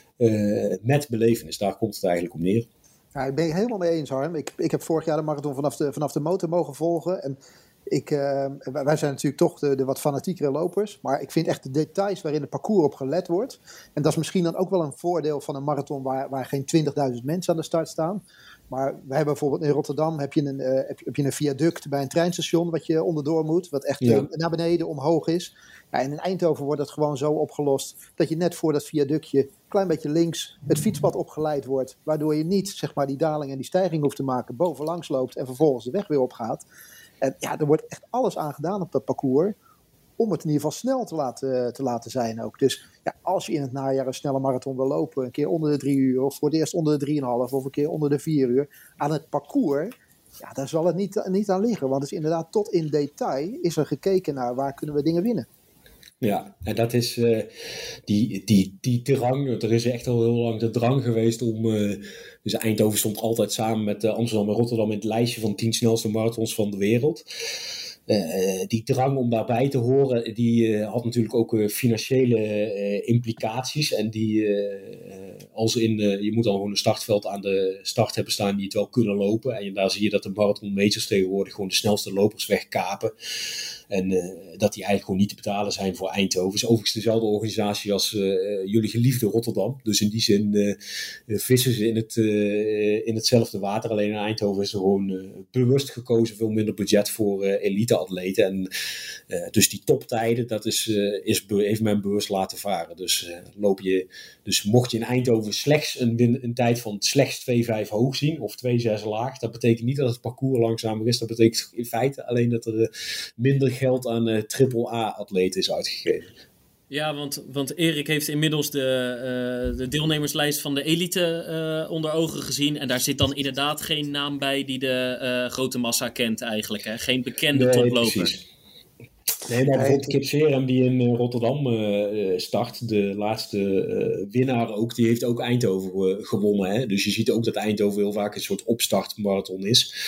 uh, met belevenis. Daar komt het eigenlijk om neer. Ja, ik ben het helemaal mee eens, Harm. Ik, ik heb vorig jaar de marathon vanaf de, vanaf de motor mogen volgen. En ik, uh, wij zijn natuurlijk toch de, de wat fanatiekere lopers. Maar ik vind echt de details waarin het parcours op gelet wordt. En dat is misschien dan ook wel een voordeel van een marathon waar, waar geen twintigduizend mensen aan de start staan. Maar wij hebben bijvoorbeeld in Rotterdam heb je, een, uh, heb, heb je een viaduct bij een treinstation wat je onderdoor moet. Wat echt ja. uh, naar beneden omhoog is. Ja, en in Eindhoven wordt dat gewoon zo opgelost dat je net voor dat viaductje een klein beetje links het fietspad opgeleid wordt. Waardoor je niet zeg maar, die daling en die stijging hoeft te maken, bovenlangs loopt en vervolgens de weg weer opgaat. En ja, er wordt echt alles aan gedaan op dat parcours om het in ieder geval snel te laten, te laten zijn ook. Dus ja, als je in het najaar een snelle marathon wil lopen, een keer onder de drie uur of voor het eerst onder de drieënhalf of een keer onder de vier uur, aan het parcours, ja, daar zal het niet, niet aan liggen. Want het is inderdaad tot in detail is er gekeken naar waar kunnen we dingen winnen. Ja, en dat is uh, die, die, die drang. Er is echt al heel lang de drang geweest om... Uh, dus Eindhoven stond altijd samen met uh, Amsterdam en Rotterdam in het lijstje van tien snelste marathons van de wereld. Uh, die drang om daarbij te horen, die uh, had natuurlijk ook uh, financiële uh, implicaties. En die, uh, als in, uh, je moet dan gewoon een startveld aan de start hebben staan die het wel kunnen lopen. En daar zie je dat de marathonmeters tegenwoordig gewoon de snelste lopers wegkapen. En uh, dat die eigenlijk gewoon niet te betalen zijn voor Eindhoven. Het is overigens dezelfde organisatie als uh, jullie geliefde Rotterdam. Dus in die zin uh, vissen ze in, het, uh, in hetzelfde water. Alleen in Eindhoven is er gewoon uh, bewust gekozen veel minder budget voor uh, elite-atleten. En uh, dus die toptijden, dat is, uh, is be- heeft men bewust laten varen. Dus, uh, loop je, dus mocht je in Eindhoven slechts een, win- een tijd van slechts twee vijf hoog zien, of twee zes laag, dat betekent niet dat het parcours langzamer is. Dat betekent in feite alleen dat er uh, minder geld aan uh, triple A-atleten is uitgegeven. Ja, want, want Erik heeft inmiddels de, uh, de deelnemerslijst van de elite uh, onder ogen gezien. En daar zit dan inderdaad geen naam bij die de uh, grote massa kent eigenlijk. Hè? Geen bekende nee, toploper. Precies. Nee, maar bijvoorbeeld Kip Serum die in uh, Rotterdam uh, start, de laatste uh, winnaar ook, die heeft ook Eindhoven uh, gewonnen. Hè? Dus je ziet ook dat Eindhoven heel vaak een soort opstartmarathon is.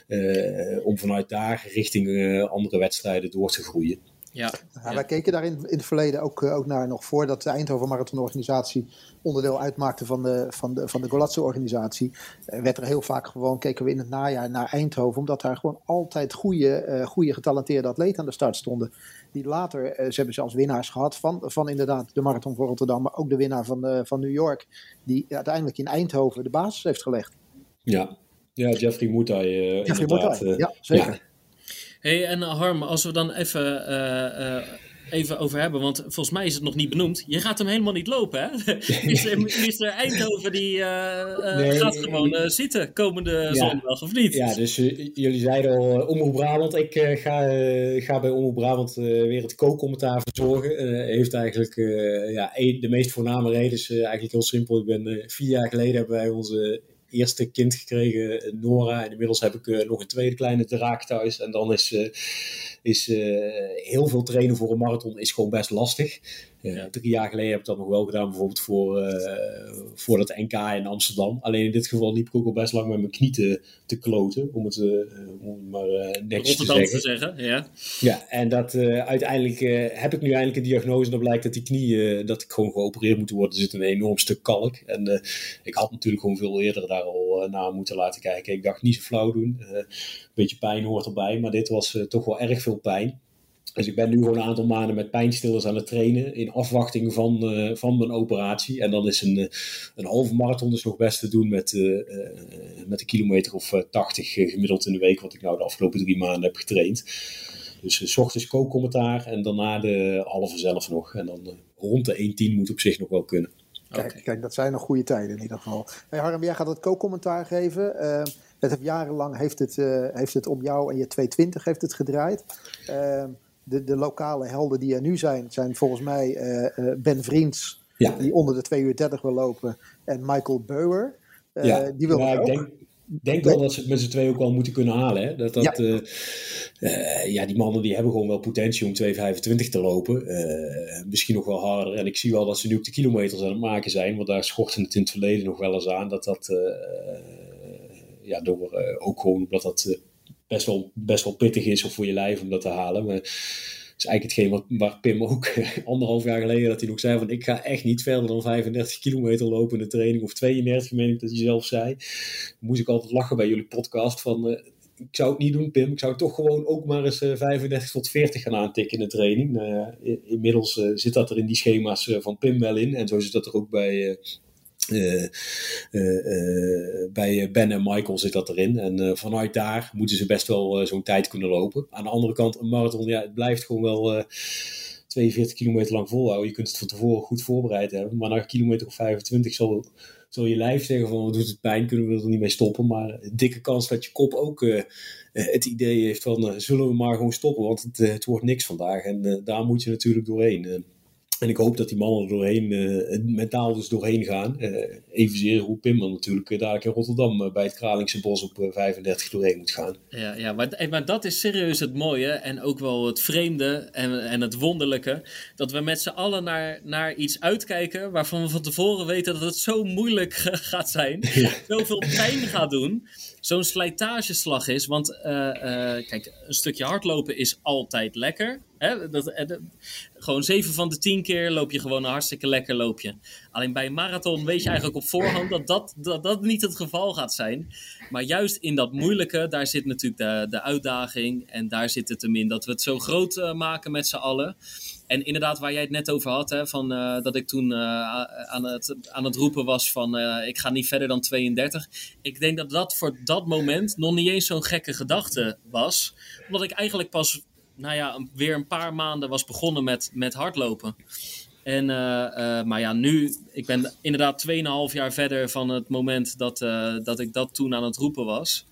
uh, om vanuit daar richting uh, andere wedstrijden door te groeien. Ja, ja, ja. Wij keken daar in, in het verleden ook, ook naar, nog voordat de Eindhoven Marathonorganisatie onderdeel uitmaakte van de, van de, van de Golazzo-organisatie. Uh, werd er heel vaak gewoon, keken we in het najaar naar Eindhoven, omdat daar gewoon altijd goede, uh, goede getalenteerde atleten aan de start stonden. Die later, uh, ze hebben zelfs winnaars gehad van, van inderdaad de Marathon van Rotterdam, maar ook de winnaar van, uh, van New York, die uiteindelijk in Eindhoven de basis heeft gelegd. Ja, ja Jeffrey Mutai. Uh, Jeffrey Mutai, uh, ja, zeker. Ja. Hey, en Harm, als we dan even, uh, uh, even over hebben, want volgens mij is het nog niet benoemd. Je gaat hem helemaal niet lopen, hè? mister Eindhoven die uh, uh, nee, gaat gewoon uh, zitten komende ja, zondag, of niet? Ja, dus uh, jullie zeiden al, uh, Omroep Brabant. Ik uh, ga, uh, ga bij Omroep Brabant uh, weer het co-commentaar verzorgen. Uh, heeft eigenlijk uh, ja, een, de meest voorname reden is uh, eigenlijk heel simpel. Ik ben uh, vier jaar geleden hebben wij onze eerste kind gekregen, Nora. En inmiddels heb ik uh, nog een tweede kleine draak thuis. En dan is, uh, is uh, heel veel trainen voor een marathon is gewoon best lastig. Uh, ja. Drie jaar geleden heb ik dat nog wel gedaan, bijvoorbeeld voor, uh, voor dat N K in Amsterdam. Alleen in dit geval liep ik ook al best lang met mijn knie te, te kloten, om het, uh, om het maar uh, netjes te zeggen. te zeggen. Ja, ja en dat, uh, uiteindelijk uh, heb ik nu eindelijk een diagnose en dan blijkt dat die knie, uh, dat ik gewoon geopereerd moet worden. Er zit een enorm stuk kalk. En uh, ik had natuurlijk gewoon veel eerder daar al uh, naar moeten laten kijken. Ik dacht, niet zo flauw doen. Uh, een beetje pijn hoort erbij, maar dit was uh, toch wel erg veel pijn. Dus ik ben nu gewoon een aantal maanden met pijnstillers aan het trainen in afwachting van, uh, van mijn operatie. En dan is een, uh, een halve marathon dus nog best te doen met, uh, uh, met een kilometer of uh, tachtig uh, gemiddeld in de week, wat ik nou de afgelopen drie maanden heb getraind. Dus uh, 's ochtends co-commentaar en daarna de halve zelf nog. En dan uh, rond de één tien moet op zich nog wel kunnen. Kijk, okay. kijk, dat zijn nog goede tijden in ieder geval. Hey Harm, jij gaat het co-commentaar geven. Uh, het heeft jarenlang heeft het, uh, heeft het op jou en je tweehonderdtwintig heeft het gedraaid. Uh, De, de lokale helden die er nu zijn, zijn volgens mij uh, uh, Ben Vriends, ja. die onder de twee uur dertig wil lopen, en Michael Bauer. Uh, ja, die wil ja, ook. Ik denk, denk wel dat ze het met z'n twee ook wel moeten kunnen halen. Hè? Dat, dat, ja. Uh, uh, ja, die mannen die hebben gewoon wel potentie om twee vijfentwintig te lopen. Uh, misschien nog wel harder. En ik zie wel dat ze nu ook de kilometers aan het maken zijn, want daar schortte het in het verleden nog wel eens aan. Dat dat, uh, ja, door uh, ook gewoon omdat dat... Uh, Best wel, best wel pittig is of voor je lijf om dat te halen. Maar het is eigenlijk hetgeen wat, waar Pim ook anderhalf jaar geleden dat hij nog zei van ik ga echt niet verder dan vijfendertig kilometer lopen in de training. Of tweeëndertig, meen ik dat hij zelf zei. Dan moest ik altijd lachen bij jullie podcast van uh, ik zou het niet doen, Pim. Ik zou toch gewoon ook maar eens uh, vijfendertig tot veertig gaan aantikken in de training. Nou, uh, inmiddels uh, zit dat er in die schema's uh, van Pim wel in. En zo zit dat er ook bij... Uh, Uh, uh, uh, bij Ben en Michael zit dat erin. En uh, vanuit daar moeten ze best wel uh, zo'n tijd kunnen lopen. Aan de andere kant, een marathon, ja, het blijft gewoon wel uh, tweeënveertig kilometer lang volhouden. Je kunt het van tevoren goed voorbereid hebben. Maar na een kilometer of vijfentwintig zal, zal je lijf zeggen van, wat doet het pijn? Kunnen we er niet mee stoppen? Maar een dikke kans dat je kop ook uh, uh, het idee heeft van, uh, zullen we maar gewoon stoppen? Want het, uh, het wordt niks vandaag. En uh, daar moet je natuurlijk doorheen. Uh, En ik hoop dat die mannen er doorheen, uh, mentaal dus doorheen gaan. Uh, evenzeer hoe Pim dan natuurlijk uh, dadelijk in Rotterdam uh, bij het Kralingse Bos op uh, vijfendertig doorheen moet gaan. Ja, ja maar, maar dat is serieus het mooie en ook wel het vreemde en, en het wonderlijke. Dat we met z'n allen naar, naar iets uitkijken waarvan we van tevoren weten dat het zo moeilijk gaat zijn. Ja. Zoveel pijn gaat doen. Zo'n slijtageslag is. Want uh, uh, kijk, een stukje hardlopen is altijd lekker. Hè? Dat, uh, dat, gewoon zeven van de tien keer loop je gewoon een hartstikke lekker loopje. Alleen bij een marathon weet je eigenlijk op voorhand dat dat, dat dat niet het geval gaat zijn. Maar juist in dat moeilijke, daar zit natuurlijk de, de uitdaging. En daar zit het hem in dat we het zo groot uh, maken met z'n allen. En inderdaad, waar jij het net over had, hè, van, uh, dat ik toen uh, aan, het, aan het roepen was van uh, ik ga niet verder dan tweeëndertig. Ik denk dat dat voor dat moment nog niet eens zo'n gekke gedachte was. Omdat ik eigenlijk pas nou ja, weer een paar maanden was begonnen met, met hardlopen. En, uh, uh, maar ja, nu, ik ben inderdaad tweeënhalf jaar verder van het moment dat, uh, dat ik dat toen aan het roepen was.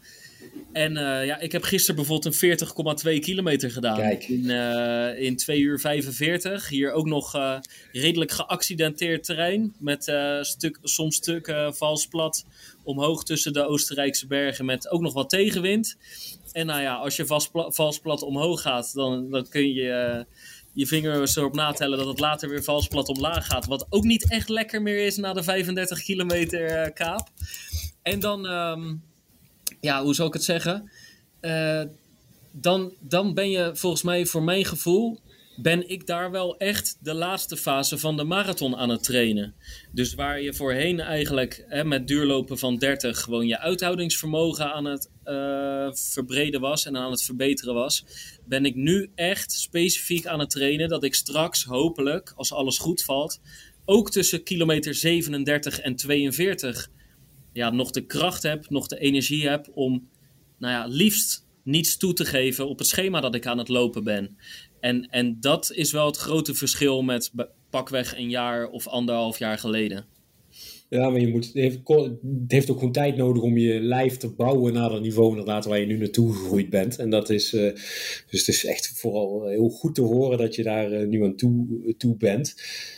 En uh, ja, ik heb gisteren bijvoorbeeld een veertig komma twee kilometer gedaan. Kijk. In, uh, in twee uur vijfenveertig. Hier ook nog uh, redelijk geaccidenteerd terrein. Met uh, stuk, soms stuk uh, vals plat omhoog tussen de Oostenrijkse bergen. Met ook nog wat tegenwind. En nou ja, als je vals, pla- vals plat omhoog gaat, dan, dan kun je uh, je vingers erop natellen dat het later weer vals plat omlaag gaat. Wat ook niet echt lekker meer is na de vijfendertig kilometer uh, kaap. En dan... Um, Ja, hoe zou ik het zeggen? uh, dan, dan ben je volgens mij, voor mijn gevoel, ben ik daar wel echt de laatste fase van de marathon aan het trainen. Dus waar je voorheen eigenlijk hè, met duurlopen van dertig gewoon je uithoudingsvermogen aan het uh, verbreden was en aan het verbeteren was, ben ik nu echt specifiek aan het trainen dat ik straks hopelijk, als alles goed valt, ook tussen kilometer zevenendertig en tweeënveertig ja, nog de kracht heb, nog de energie heb om nou ja, liefst niets toe te geven op het schema dat ik aan het lopen ben. En, en dat is wel het grote verschil met pakweg een jaar of anderhalf jaar geleden. Ja, maar je moet, het, heeft, het heeft ook gewoon tijd nodig om je lijf te bouwen naar dat niveau inderdaad waar je nu naartoe gegroeid bent. En dat is, uh, dus het is echt vooral heel goed te horen dat je daar uh, nu aan toe, toe bent.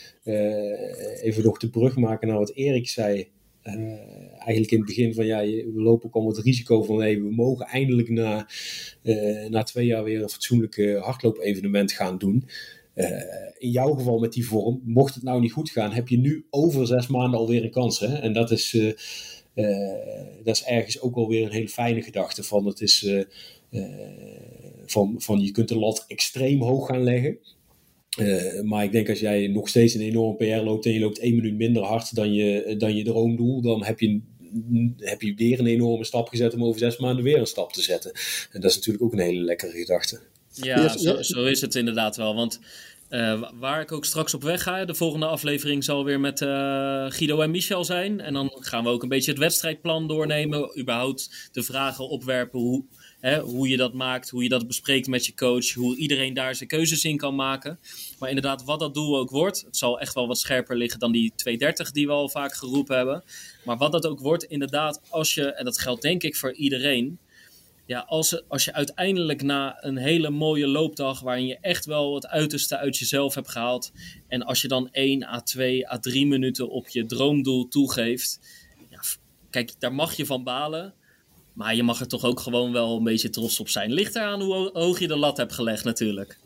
Uh, even nog de brug maken naar wat Erik zei. Uh, eigenlijk in het begin van ja, we lopen ook al het risico van hey, we mogen eindelijk na, uh, na twee jaar weer een fatsoenlijk uh, hardloop-evenement gaan doen. Uh, in jouw geval met die vorm, mocht het nou niet goed gaan, heb je nu over zes maanden alweer een kans. Hè? En dat is, uh, uh, dat is ergens ook wel weer een hele fijne gedachte van het is uh, uh, van, van je kunt de lat extreem hoog gaan leggen. Uh, maar ik denk als jij nog steeds een enorme P R loopt en je loopt één minuut minder hard dan je, dan je droomdoel, dan heb je, heb je weer een enorme stap gezet om over zes maanden weer een stap te zetten. En dat is natuurlijk ook een hele lekkere gedachte. Ja, zo, zo is het inderdaad wel. Want uh, waar ik ook straks op weg ga, de volgende aflevering zal weer met uh, Guido en Michel zijn. En dan gaan we ook een beetje het wedstrijdplan doornemen. Überhaupt de vragen opwerpen hoe, hè, hoe je dat maakt, hoe je dat bespreekt met je coach. Hoe iedereen daar zijn keuzes in kan maken. Maar inderdaad, wat dat doel ook wordt. Het zal echt wel wat scherper liggen dan die twee dertig die we al vaak geroepen hebben. Maar wat dat ook wordt, inderdaad, als je, en dat geldt denk ik voor iedereen. Ja, als, als je uiteindelijk na een hele mooie loopdag waarin je echt wel het uiterste uit jezelf hebt gehaald. En als je dan één à twee à drie minuten op je droomdoel toegeeft. Ja, kijk, daar mag je van balen. Maar je mag er toch ook gewoon wel een beetje trots op zijn. Ligt eraan hoe hoog je de lat hebt gelegd natuurlijk.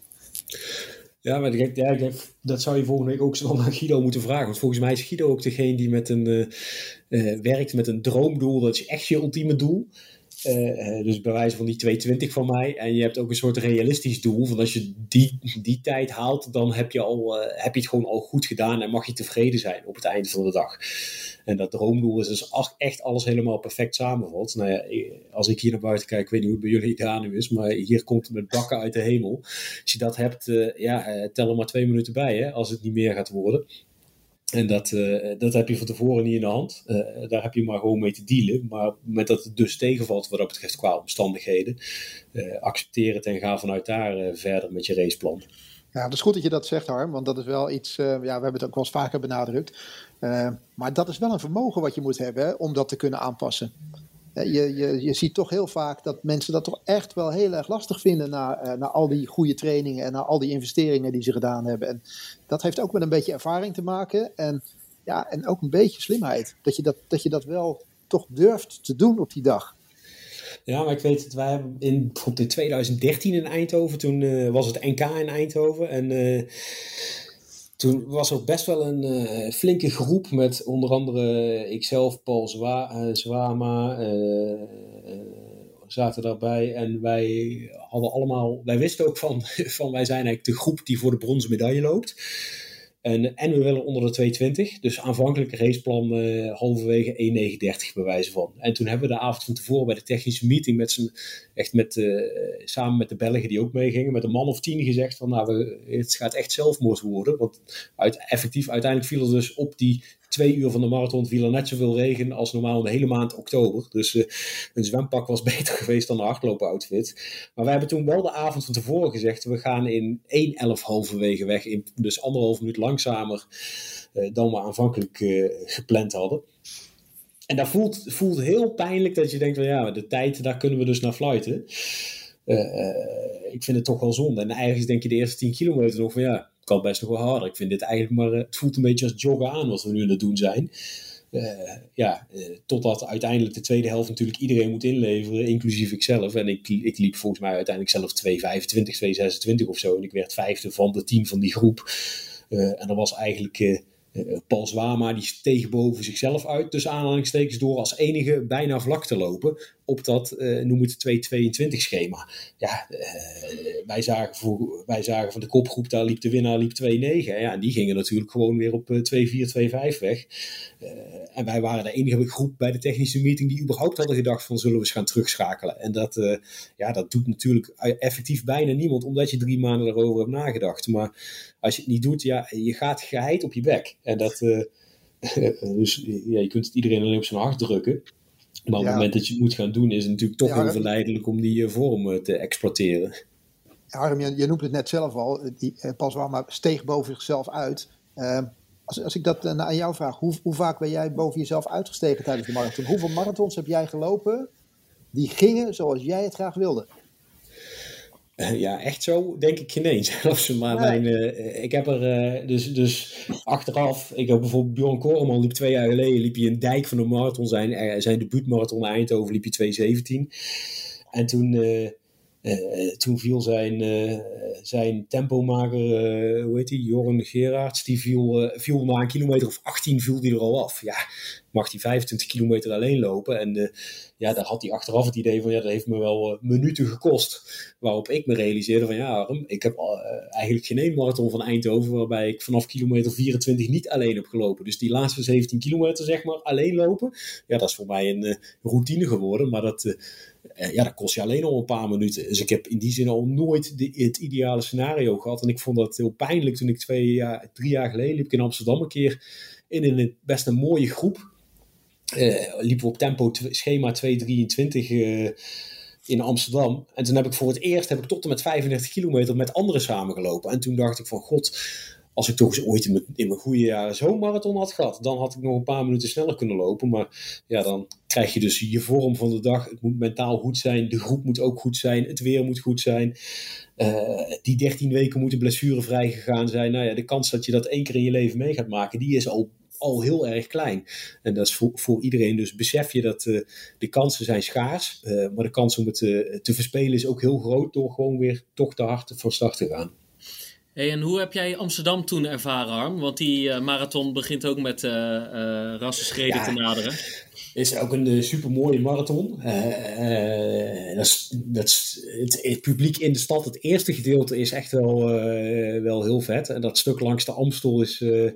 Ja, maar ik, ja, ik denk, dat zou je volgende week ook snel aan Guido moeten vragen. Want volgens mij is Guido ook degene die met een, uh, uh, werkt met een droomdoel. Dat is echt je ultieme doel. Uh, dus bij wijze van die tweehonderdtwintig van mij. En je hebt ook een soort realistisch doel. Van als je die, die tijd haalt, dan heb je, al, uh, heb je het gewoon al goed gedaan. En mag je tevreden zijn op het einde van de dag. En dat droomdoel is dus echt alles helemaal perfect samenvalt. Nou ja, als ik hier naar buiten kijk, ik weet niet hoe het bij jullie gedaan nu is. Maar hier komt het met bakken uit de hemel. Als je dat hebt, uh, ja, uh, tel er maar twee minuten bij. Hè, als het niet meer gaat worden. En dat, uh, dat heb je van tevoren niet in de hand. Uh, daar heb je maar gewoon mee te dealen. Maar op het moment dat het dus tegenvalt wat dat betreft qua omstandigheden, uh, accepteer het en ga vanuit daar uh, verder met je raceplan. Ja, het is goed dat je dat zegt, Harm, want dat is wel iets, uh, ja, we hebben het ook wel eens vaker benadrukt. Uh, maar dat is wel een vermogen wat je moet hebben hè, om dat te kunnen aanpassen. Je, je, je ziet toch heel vaak dat mensen dat toch echt wel heel erg lastig vinden na, uh, na al die goede trainingen en na al die investeringen die ze gedaan hebben. En dat heeft ook met een beetje ervaring te maken en, ja, en ook een beetje slimheid. Dat je dat, dat je dat wel toch durft te doen op die dag. Ja, maar ik weet het, wij hebben in, bijvoorbeeld in twintig dertien in Eindhoven, toen uh, was het N K in Eindhoven en uh, toen was er best wel een uh, flinke groep met onder andere ikzelf, Paul Zwa, uh, Zwama, uh, uh, zaten daarbij. En wij hadden allemaal, wij wisten ook van, van wij zijn eigenlijk de groep die voor de bronzen medaille loopt. En, en we willen onder de tweehonderdtwintig. Dus aanvankelijk raceplan uh, halverwege één negenendertig bij wijze van. En toen hebben we de avond van tevoren bij de technische meeting met z'n, echt met, uh, samen met de Belgen die ook meegingen, met een man of tien gezegd van nou, we, het gaat echt zelfmoord worden. Want uit, effectief uiteindelijk viel er dus op die twee uur van de marathon viel er net zoveel regen als normaal in de hele maand oktober. Dus uh, een zwempak was beter geweest dan een hardlopen-outfit. Maar wij hebben toen wel de avond van tevoren gezegd, we gaan in één elf halverwege weg. In, dus anderhalf minuut langzamer uh, dan we aanvankelijk uh, gepland hadden. En dat voelt, voelt heel pijnlijk dat je denkt, van ja, de tijd, daar kunnen we dus naar fluiten. Uh, uh, ik vind het toch wel zonde. En eigenlijk denk je de eerste tien kilometer nog van ja, kan best nog wel harder. Ik vind dit eigenlijk maar, het voelt een beetje als joggen aan wat we nu aan het doen zijn. Uh, ja, uh, totdat uiteindelijk de tweede helft natuurlijk iedereen moet inleveren, inclusief ikzelf. En ik, ik liep volgens mij uiteindelijk zelf twee vijfentwintig, twee zesentwintig of zo. En ik werd vijfde van de tien van die groep. Uh, en dat was eigenlijk uh, uh, Paul Zwama, die steeg boven zichzelf uit, tussen aanhalingstekens, door als enige bijna vlak te lopen. op dat, uh, noem het twee tweeëntwintig schema. Ja, uh, wij, zagen voor, wij zagen van de kopgroep, daar liep de winnaar liep twee negen. Ja, en die gingen natuurlijk gewoon weer op uh, twee vier, twee vijf weg. Uh, en wij waren de enige groep bij de technische meeting die überhaupt hadden gedacht van zullen we eens gaan terugschakelen. En dat, uh, ja, dat doet natuurlijk effectief bijna niemand, omdat je drie maanden erover hebt nagedacht. Maar als je het niet doet, ja, je gaat geheid op je bek. En dat, uh, dus ja, je kunt het iedereen alleen op zijn hart drukken. Maar op ja. het moment dat je het moet gaan doen, is het natuurlijk toch ja, heel verleidelijk om die uh, vorm uh, te exploiteren. Harm, je, je noemt het net zelf al, die, uh, Pas Warma steeg boven zichzelf uit. Uh, als, als ik dat uh, aan jou vraag, hoe, hoe vaak ben jij boven jezelf uitgestegen tijdens de marathon? Hoeveel marathons heb jij gelopen die gingen zoals jij het graag wilde? Uh, ja, echt zo denk ik geen eens. maar ja. mijn, uh, ik heb er uh, dus, dus achteraf, ik heb bijvoorbeeld Bjorn Koreman liep twee jaar geleden, liep hij een dijk van de marathon, zijn, uh, zijn debuutmarathon Eindhoven liep hij twee zeventien. En toen, uh, uh, toen viel zijn, uh, zijn tempomaker, uh, hoe heet die, Jorn Gerards, die viel, uh, viel na een kilometer of achttien viel die er al af. Ja, mag hij vijfentwintig kilometer alleen lopen en uh, ja, daar had hij achteraf het idee van, ja, dat heeft me wel uh, minuten gekost. Waarop ik me realiseerde van, ja, Harm, ik heb uh, eigenlijk geen één marathon van Eindhoven waarbij ik vanaf kilometer vierentwintig niet alleen heb gelopen. Dus die laatste zeventien kilometer, zeg maar, alleen lopen, ja, dat is voor mij een uh, routine geworden. Maar dat, uh, uh, ja, dat kost je alleen al een paar minuten. Dus ik heb in die zin al nooit de, het ideale scenario gehad. En ik vond dat heel pijnlijk toen ik twee jaar, drie jaar geleden liep ik in Amsterdam een keer in een best een mooie groep. Uh, liepen we op tempo t- schema twee drieëntwintig uh, in Amsterdam. En toen heb ik voor het eerst heb ik tot en met vijfendertig kilometer met anderen samengelopen. En toen dacht ik van god, als ik toch eens ooit in mijn, in mijn goede jaren zo'n marathon had gehad, dan had ik nog een paar minuten sneller kunnen lopen. Maar ja, dan krijg je dus je vorm van de dag. Het moet mentaal goed zijn, de groep moet ook goed zijn, het weer moet goed zijn. Uh, die dertien weken moeten blessurevrij gegaan zijn. Nou ja, de kans dat je dat één keer in je leven mee gaat maken, die is al al heel erg klein. En dat is voor, voor iedereen. Dus besef je dat uh, de kansen zijn schaars. Uh, maar de kans om het uh, te verspelen is ook heel groot door gewoon weer toch te hard van start te gaan. Hey, en hoe heb jij Amsterdam toen ervaren, Harm? Want die uh, marathon begint ook met uh, uh, rassenschreden ja, te naderen. Is ook een uh, super mooie marathon. Uh, uh, dat is, dat is het, het publiek in de stad. Het eerste gedeelte is echt wel, uh, wel heel vet. En dat stuk langs de Amstel is... Uh,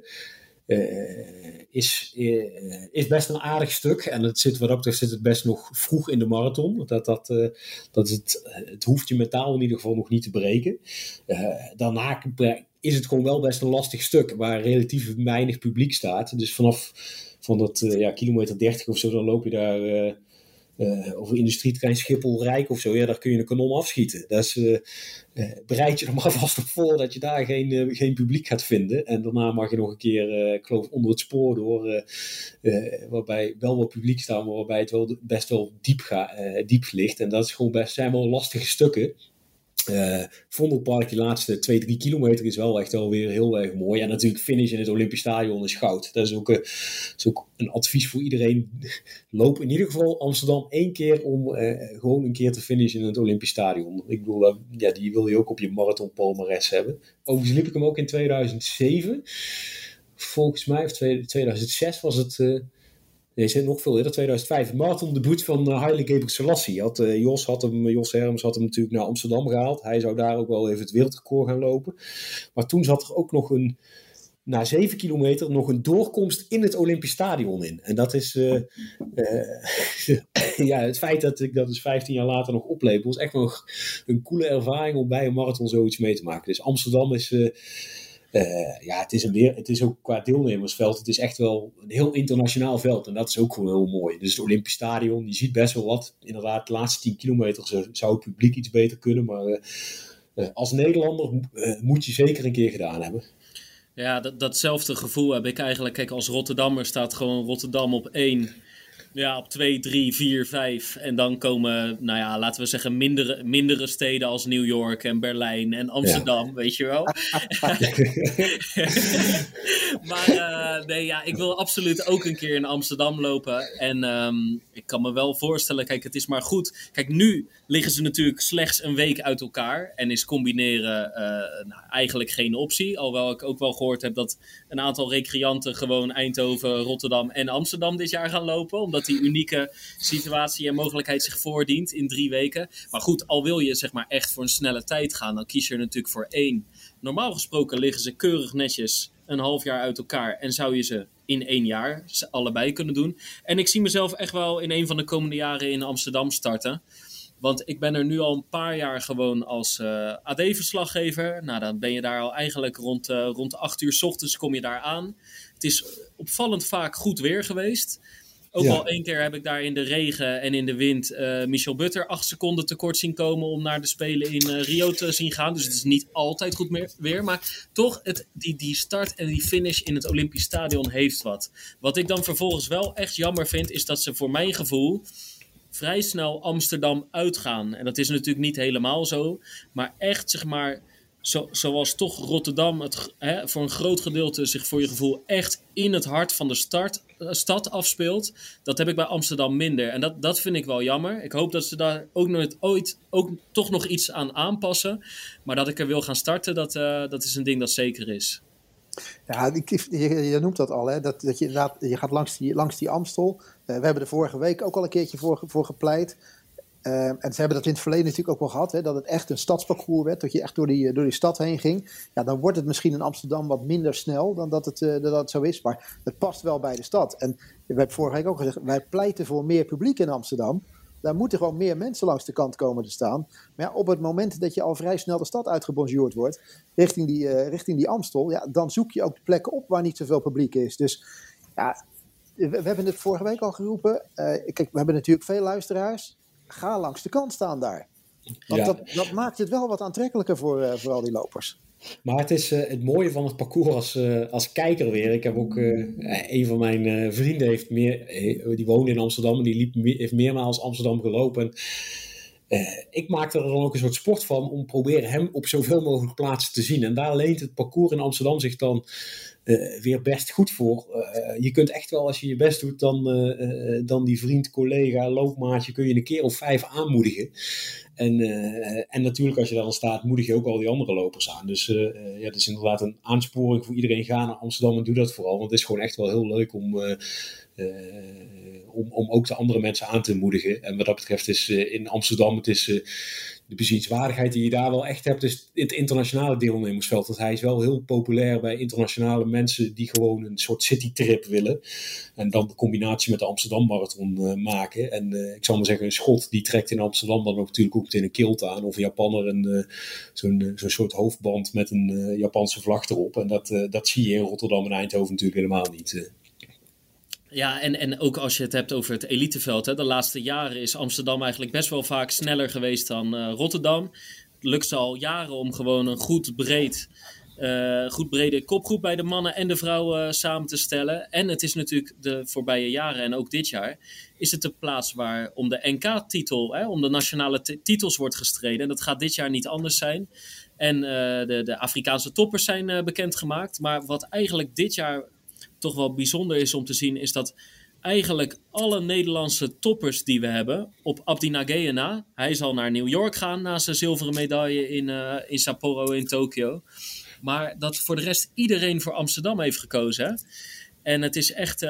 Uh, is, uh, is best een aardig stuk. En het zit, wat dat betreft zit het best nog vroeg in de marathon. Dat, dat, uh, dat het, het hoeft je mentaal in ieder geval nog niet te breken. Uh, daarna is het gewoon wel best een lastig stuk waar relatief weinig publiek staat. Dus vanaf van dat uh, ja, kilometer dertig of zo, dan loop je daar... Uh, Uh, of industrietrein Schiphol-Rijk of zo, ja, daar kun je een kanon afschieten. Dus uh, uh, bereid je er maar vast op voor dat je daar geen, uh, geen publiek gaat vinden. En daarna mag je nog een keer, uh, ik geloof, onder het spoor door, uh, uh, waarbij wel wat publiek staat, maar waarbij het wel best wel diep, ga, uh, diep ligt. En dat is gewoon best, zijn wel lastige stukken. Uh, Vondelpark, die laatste twee, drie kilometer is wel echt wel weer heel erg mooi. En natuurlijk finish in het Olympisch Stadion is goud. Dat is ook, uh, is ook een advies voor iedereen. Loop in ieder geval Amsterdam één keer om uh, gewoon een keer te finishen in het Olympisch Stadion. Ik bedoel, uh, ja, die wil je ook op je marathon palmares hebben. Overigens liep ik hem ook in tweeduizend zeven. Volgens mij, of tweeduizend zes was het... Uh, Nee, ze zijn nog veel eerder, tweeduizend vijf. Het marathondebuut van uh, Haile Gebrselassie. Had, uh, Jos, had hem, Jos Herms had hem natuurlijk naar Amsterdam gehaald. Hij zou daar ook wel even het wereldrecord gaan lopen. Maar toen zat er ook nog een, na zeven kilometer, nog een doorkomst in het Olympisch Stadion in. En dat is, uh, uh, ja, het feit dat ik dat dus vijftien jaar later nog oplepel, is echt nog een coole ervaring om bij een marathon zoiets mee te maken. Dus Amsterdam is... Uh, Uh, ja, het is, een weer, het is ook qua deelnemersveld, het is echt wel een heel internationaal veld. En dat is ook gewoon heel mooi. Dus het Olympisch Stadion, je ziet best wel wat. Inderdaad, de laatste tien kilometer zou het publiek iets beter kunnen. Maar uh, uh, als Nederlander uh, moet je zeker een keer gedaan hebben. Ja, dat, datzelfde gevoel heb ik eigenlijk. Kijk, als Rotterdammer staat gewoon Rotterdam op één. Ja, op twee, drie, vier, vijf. En dan komen, nou ja, laten we zeggen, mindere, mindere steden als New York en Berlijn en Amsterdam, ja. Weet je wel. Maar uh, nee, ja, ik wil absoluut ook een keer in Amsterdam lopen. En um, ik kan me wel voorstellen, kijk, het is maar goed. Kijk, nu liggen ze natuurlijk slechts een week uit elkaar. En is combineren uh, nou, eigenlijk geen optie. Alhoewel ik ook wel gehoord heb dat een aantal recreanten gewoon Eindhoven, Rotterdam en Amsterdam dit jaar gaan lopen. Omdat dat die unieke situatie en mogelijkheid zich voordient in drie weken. Maar goed, al wil je zeg maar echt voor een snelle tijd gaan, dan kies je er natuurlijk voor één. Normaal gesproken liggen ze keurig netjes een half jaar uit elkaar en zou je ze in één jaar allebei kunnen doen. En ik zie mezelf echt wel in een van de komende jaren in Amsterdam starten. Want ik ben er nu al een paar jaar gewoon als uh, A D-verslaggever. Nou, dan ben je daar al eigenlijk rond, uh, rond acht uur 's ochtends kom je daar aan. Het is opvallend vaak goed weer geweest. Ook ja. al één keer heb ik daar in de regen en in de wind uh, Michel Butter acht seconden tekort zien komen om naar de Spelen in uh, Rio te zien gaan. Dus het is niet altijd goed meer, weer. Maar toch, het, die, die start en die finish in het Olympisch Stadion heeft wat. Wat ik dan vervolgens wel echt jammer vind, is dat ze voor mijn gevoel vrij snel Amsterdam uitgaan. En dat is natuurlijk niet helemaal zo. Maar echt, zeg maar, zo, zoals toch Rotterdam het, hè, voor een groot gedeelte zich voor je gevoel echt in het hart van de start, uh, stad afspeelt. Dat heb ik bij Amsterdam minder. En dat, dat vind ik wel jammer. Ik hoop dat ze daar ook nooit ooit ook toch nog iets aan aanpassen. Maar dat ik er wil gaan starten, dat, uh, dat is een ding dat zeker is. Ja, je, je noemt dat al, hè? Dat, dat je, inderdaad, je gaat langs die, langs die Amstel. Uh, we hebben er vorige week ook al een keertje voor, voor gepleit. Uh, en ze hebben dat in het verleden natuurlijk ook wel gehad, hè, dat het echt een stadsparcours werd, dat je echt door die, door die stad heen ging. Ja, dan wordt het misschien in Amsterdam wat minder snel dan dat het, uh, dat het zo is, maar het past wel bij de stad. En we hebben vorige week ook gezegd, wij pleiten voor meer publiek in Amsterdam. Daar moeten gewoon meer mensen langs de kant komen te staan. Maar ja, op het moment dat je al vrij snel de stad uitgebonjourd wordt, richting die, uh, richting die Amstel, ja, dan zoek je ook de plekken op waar niet zoveel publiek is. Dus ja, we, we hebben het vorige week al geroepen. Uh, kijk, we hebben natuurlijk veel luisteraars. Ga langs de kant staan daar. Want ja. dat, dat maakt het wel wat aantrekkelijker voor, uh, voor al die lopers. Maar het is uh, het mooie van het parcours als, uh, als kijker weer. Ik heb ook uh, een van mijn uh, vrienden heeft meer, uh, die woonde in Amsterdam en die liep me- heeft meermaals Amsterdam gelopen. En, uh, ik maakte er dan ook een soort sport van om proberen hem op zoveel mogelijk plaatsen te zien. En daar leent het parcours in Amsterdam zich dan Uh, weer best goed voor. Uh, je kunt echt wel, als je je best doet, dan, uh, uh, dan die vriend, collega, loopmaatje kun je een keer of vijf aanmoedigen. En, uh, en natuurlijk als je daar dan staat, moedig je ook al die andere lopers aan. Dus uh, uh, ja, het is inderdaad een aansporing voor iedereen. Ga naar Amsterdam en doe dat vooral. Want het is gewoon echt wel heel leuk om, uh, uh, om, om ook de andere mensen aan te moedigen. En wat dat betreft is uh, in Amsterdam, het is uh, de bezienswaardigheid die je daar wel echt hebt, is het internationale deelnemersveld. Want hij is wel heel populair bij internationale mensen die gewoon een soort citytrip willen. En dan de combinatie met de Amsterdam Marathon uh, maken. En uh, ik zal maar zeggen, een Schot die trekt in Amsterdam dan ook natuurlijk ook meteen een kilt aan. Of een Japanner een, uh, zo'n, uh, zo'n soort hoofdband met een uh, Japanse vlag erop. En dat, uh, dat zie je in Rotterdam en Eindhoven natuurlijk helemaal niet. Uh. Ja, en, en ook als je het hebt over het eliteveld. Hè, de laatste jaren is Amsterdam eigenlijk best wel vaak sneller geweest dan uh, Rotterdam. Het lukt ze al jaren om gewoon een goed breed, uh, goed brede kopgroep bij de mannen en de vrouwen uh, samen te stellen. En het is natuurlijk de voorbije jaren en ook dit jaar is het de plaats waar om de N K-titel, hè, om de nationale t- titels wordt gestreden. En dat gaat dit jaar niet anders zijn. En uh, de, de Afrikaanse toppers zijn uh, bekendgemaakt. Maar wat eigenlijk dit jaar toch wel bijzonder is om te zien, is dat eigenlijk alle Nederlandse toppers die we hebben, op Abdi Nageye na, hij zal naar New York gaan na zijn zilveren medaille in, uh, in Sapporo in Tokio. Maar dat voor de rest iedereen voor Amsterdam heeft gekozen. Hè? En het is echt uh,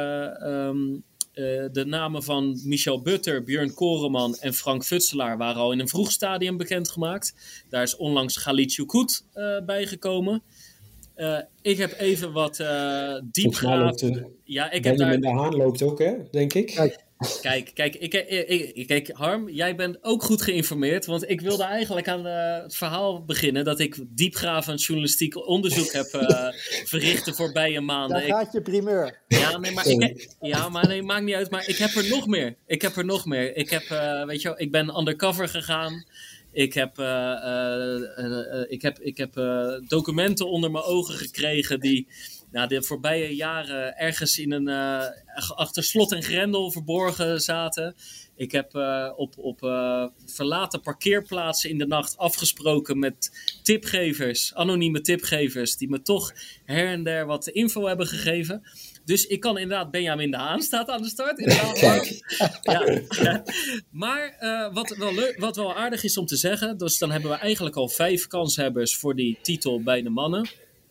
um, uh, de namen van Michel Butter, Björn Koreman en Frank Futselaar waren al in een vroeg stadium bekendgemaakt. Daar is onlangs Galit Choukout uh, bijgekomen. Uh, ik heb even wat uh, diepgraven. Ja, ik heb daar. De Haan loopt ook, hè, denk ik. Kijk, kijk, kijk, ik, ik, ik, kijk, Harm, jij bent ook goed geïnformeerd. Want ik wilde eigenlijk aan uh, het verhaal beginnen dat ik diepgravend journalistiek onderzoek heb uh, verricht de voorbije maanden. Daar gaat je primeur. Ja, nee, maar ik, ja, maar nee, maakt niet uit. Maar ik heb er nog meer. Ik heb er nog meer. Ik heb, uh, weet je wel, ik ben undercover gegaan. Ik heb, uh, uh, uh, uh, ik heb, ik heb uh, documenten onder mijn ogen gekregen die nou, de voorbije jaren ergens in een, uh, achter slot en grendel verborgen zaten. Ik heb uh, op, op uh, verlaten parkeerplaatsen in de nacht afgesproken met tipgevers, anonieme tipgevers, die me toch her en der wat info hebben gegeven. Dus ik kan inderdaad, Benjamin de Haan staat aan de start. Inderdaad. Ja, ja. Maar uh, wat, wel leuk, wat wel aardig is om te zeggen, dus dan hebben we eigenlijk al vijf kanshebbers voor die titel bij de mannen.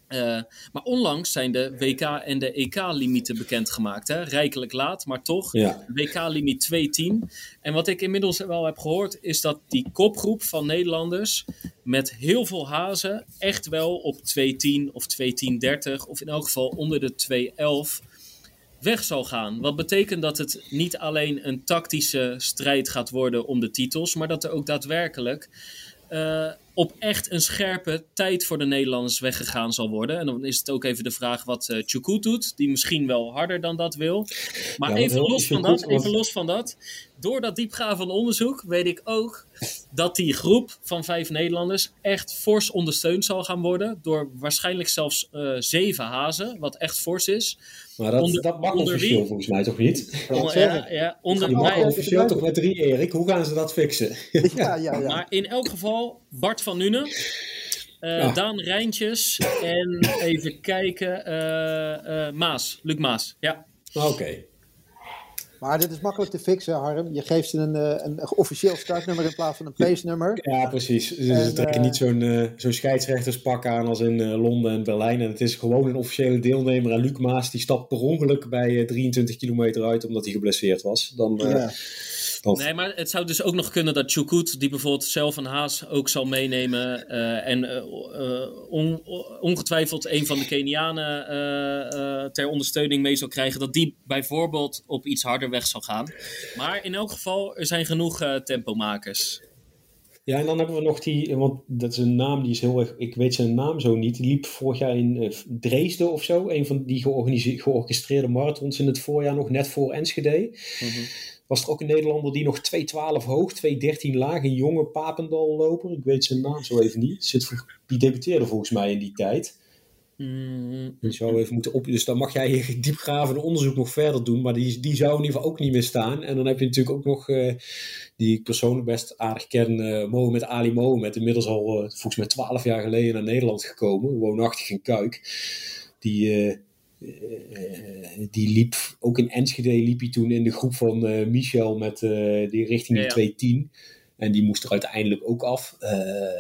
Uh, maar onlangs zijn de W K en de E K-limieten bekendgemaakt. Hè? Rijkelijk laat, maar toch. Ja. W K-limiet twee tien. En wat ik inmiddels wel heb gehoord, is dat die kopgroep van Nederlanders met heel veel hazen echt wel op twee tien of twee tien dertig of in elk geval onder de twee elf weg zal gaan. Wat betekent dat het niet alleen een tactische strijd gaat worden om de titels, maar dat er ook daadwerkelijk Uh, op echt een scherpe tijd voor de Nederlanders weggegaan zal worden. En dan is het ook even de vraag wat uh, Chukwu doet, die misschien wel harder dan dat wil. Maar ja, even, los van dat, was... even los van dat, door dat diepgravende onderzoek weet ik ook dat die groep van vijf Nederlanders echt fors ondersteund zal gaan worden door waarschijnlijk zelfs uh, zeven hazen, wat echt fors is. Maar dat, onder, dat mag officieel volgens mij toch niet? Onder, ja, ja, onder, je mag officieel toch met drie, Erik? Hoe gaan ze dat fixen? ja, ja, ja. Maar in elk geval Bart van Nuenen, uh, ja. Daan Rijntjes en even kijken, uh, uh, Maas, Luc Maas. Ja. Oké. Okay. Maar dit is makkelijk te fixen, Harm. Je geeft ze een, een officieel startnummer in plaats van een pace-nummer. Ja, precies. Dus en, ze trekken uh, niet zo'n, uh, zo'n scheidsrechterspak aan als in uh, Londen en Berlijn. En het is gewoon een officiële deelnemer. En Luc Maas die stapt per ongeluk bij uh, drieëntwintig kilometer uit omdat hij geblesseerd was. Dan, uh, ja. dan... Nee, maar het zou dus ook nog kunnen dat Chukwu, die bijvoorbeeld zelf een haas ook zal meenemen. Uh, en uh, uh, on, ongetwijfeld een van de Kenianen uh, uh, ter ondersteuning mee zal krijgen. Dat die bijvoorbeeld op iets harder weg zal gaan. Maar in elk geval, er zijn genoeg uh, tempomakers. Ja, en dan hebben we nog die, want dat is een naam die is heel erg, ik weet zijn naam zo niet. Die liep vorig jaar in uh, Dresden of zo. Een van die georchestreerde marathons in het voorjaar nog, net voor Enschede. Mm-hmm. Was er ook een Nederlander die nog twee twaalf hoog, twee dertien laag, een jonge Papendal-loper. Ik weet zijn naam zo even niet. Zit voor, die debuteerde volgens mij in die tijd. Mm. Die zou even moeten op, dus dan mag jij je diepgravende onderzoek nog verder doen, maar die, die zou in ieder geval ook niet meer staan. En dan heb je natuurlijk ook nog, uh, die ik persoonlijk best aardig ken, uh, Mohamed Ali Mohamed, inmiddels al uh, volgens mij twaalf jaar geleden naar Nederland gekomen, woonachtig in Kuik. Die, uh, uh, die liep, ook in Enschede liep hij toen in de groep van uh, Michel met uh, die richting de ja, ja. twee tien. En die moest er uiteindelijk ook af. Uh,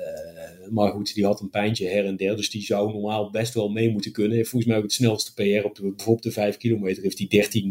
maar goed, die had een pijntje her en der. Dus die zou normaal best wel mee moeten kunnen. Heeft volgens mij ook het snelste P R op de, bijvoorbeeld de vijf kilometer. Heeft die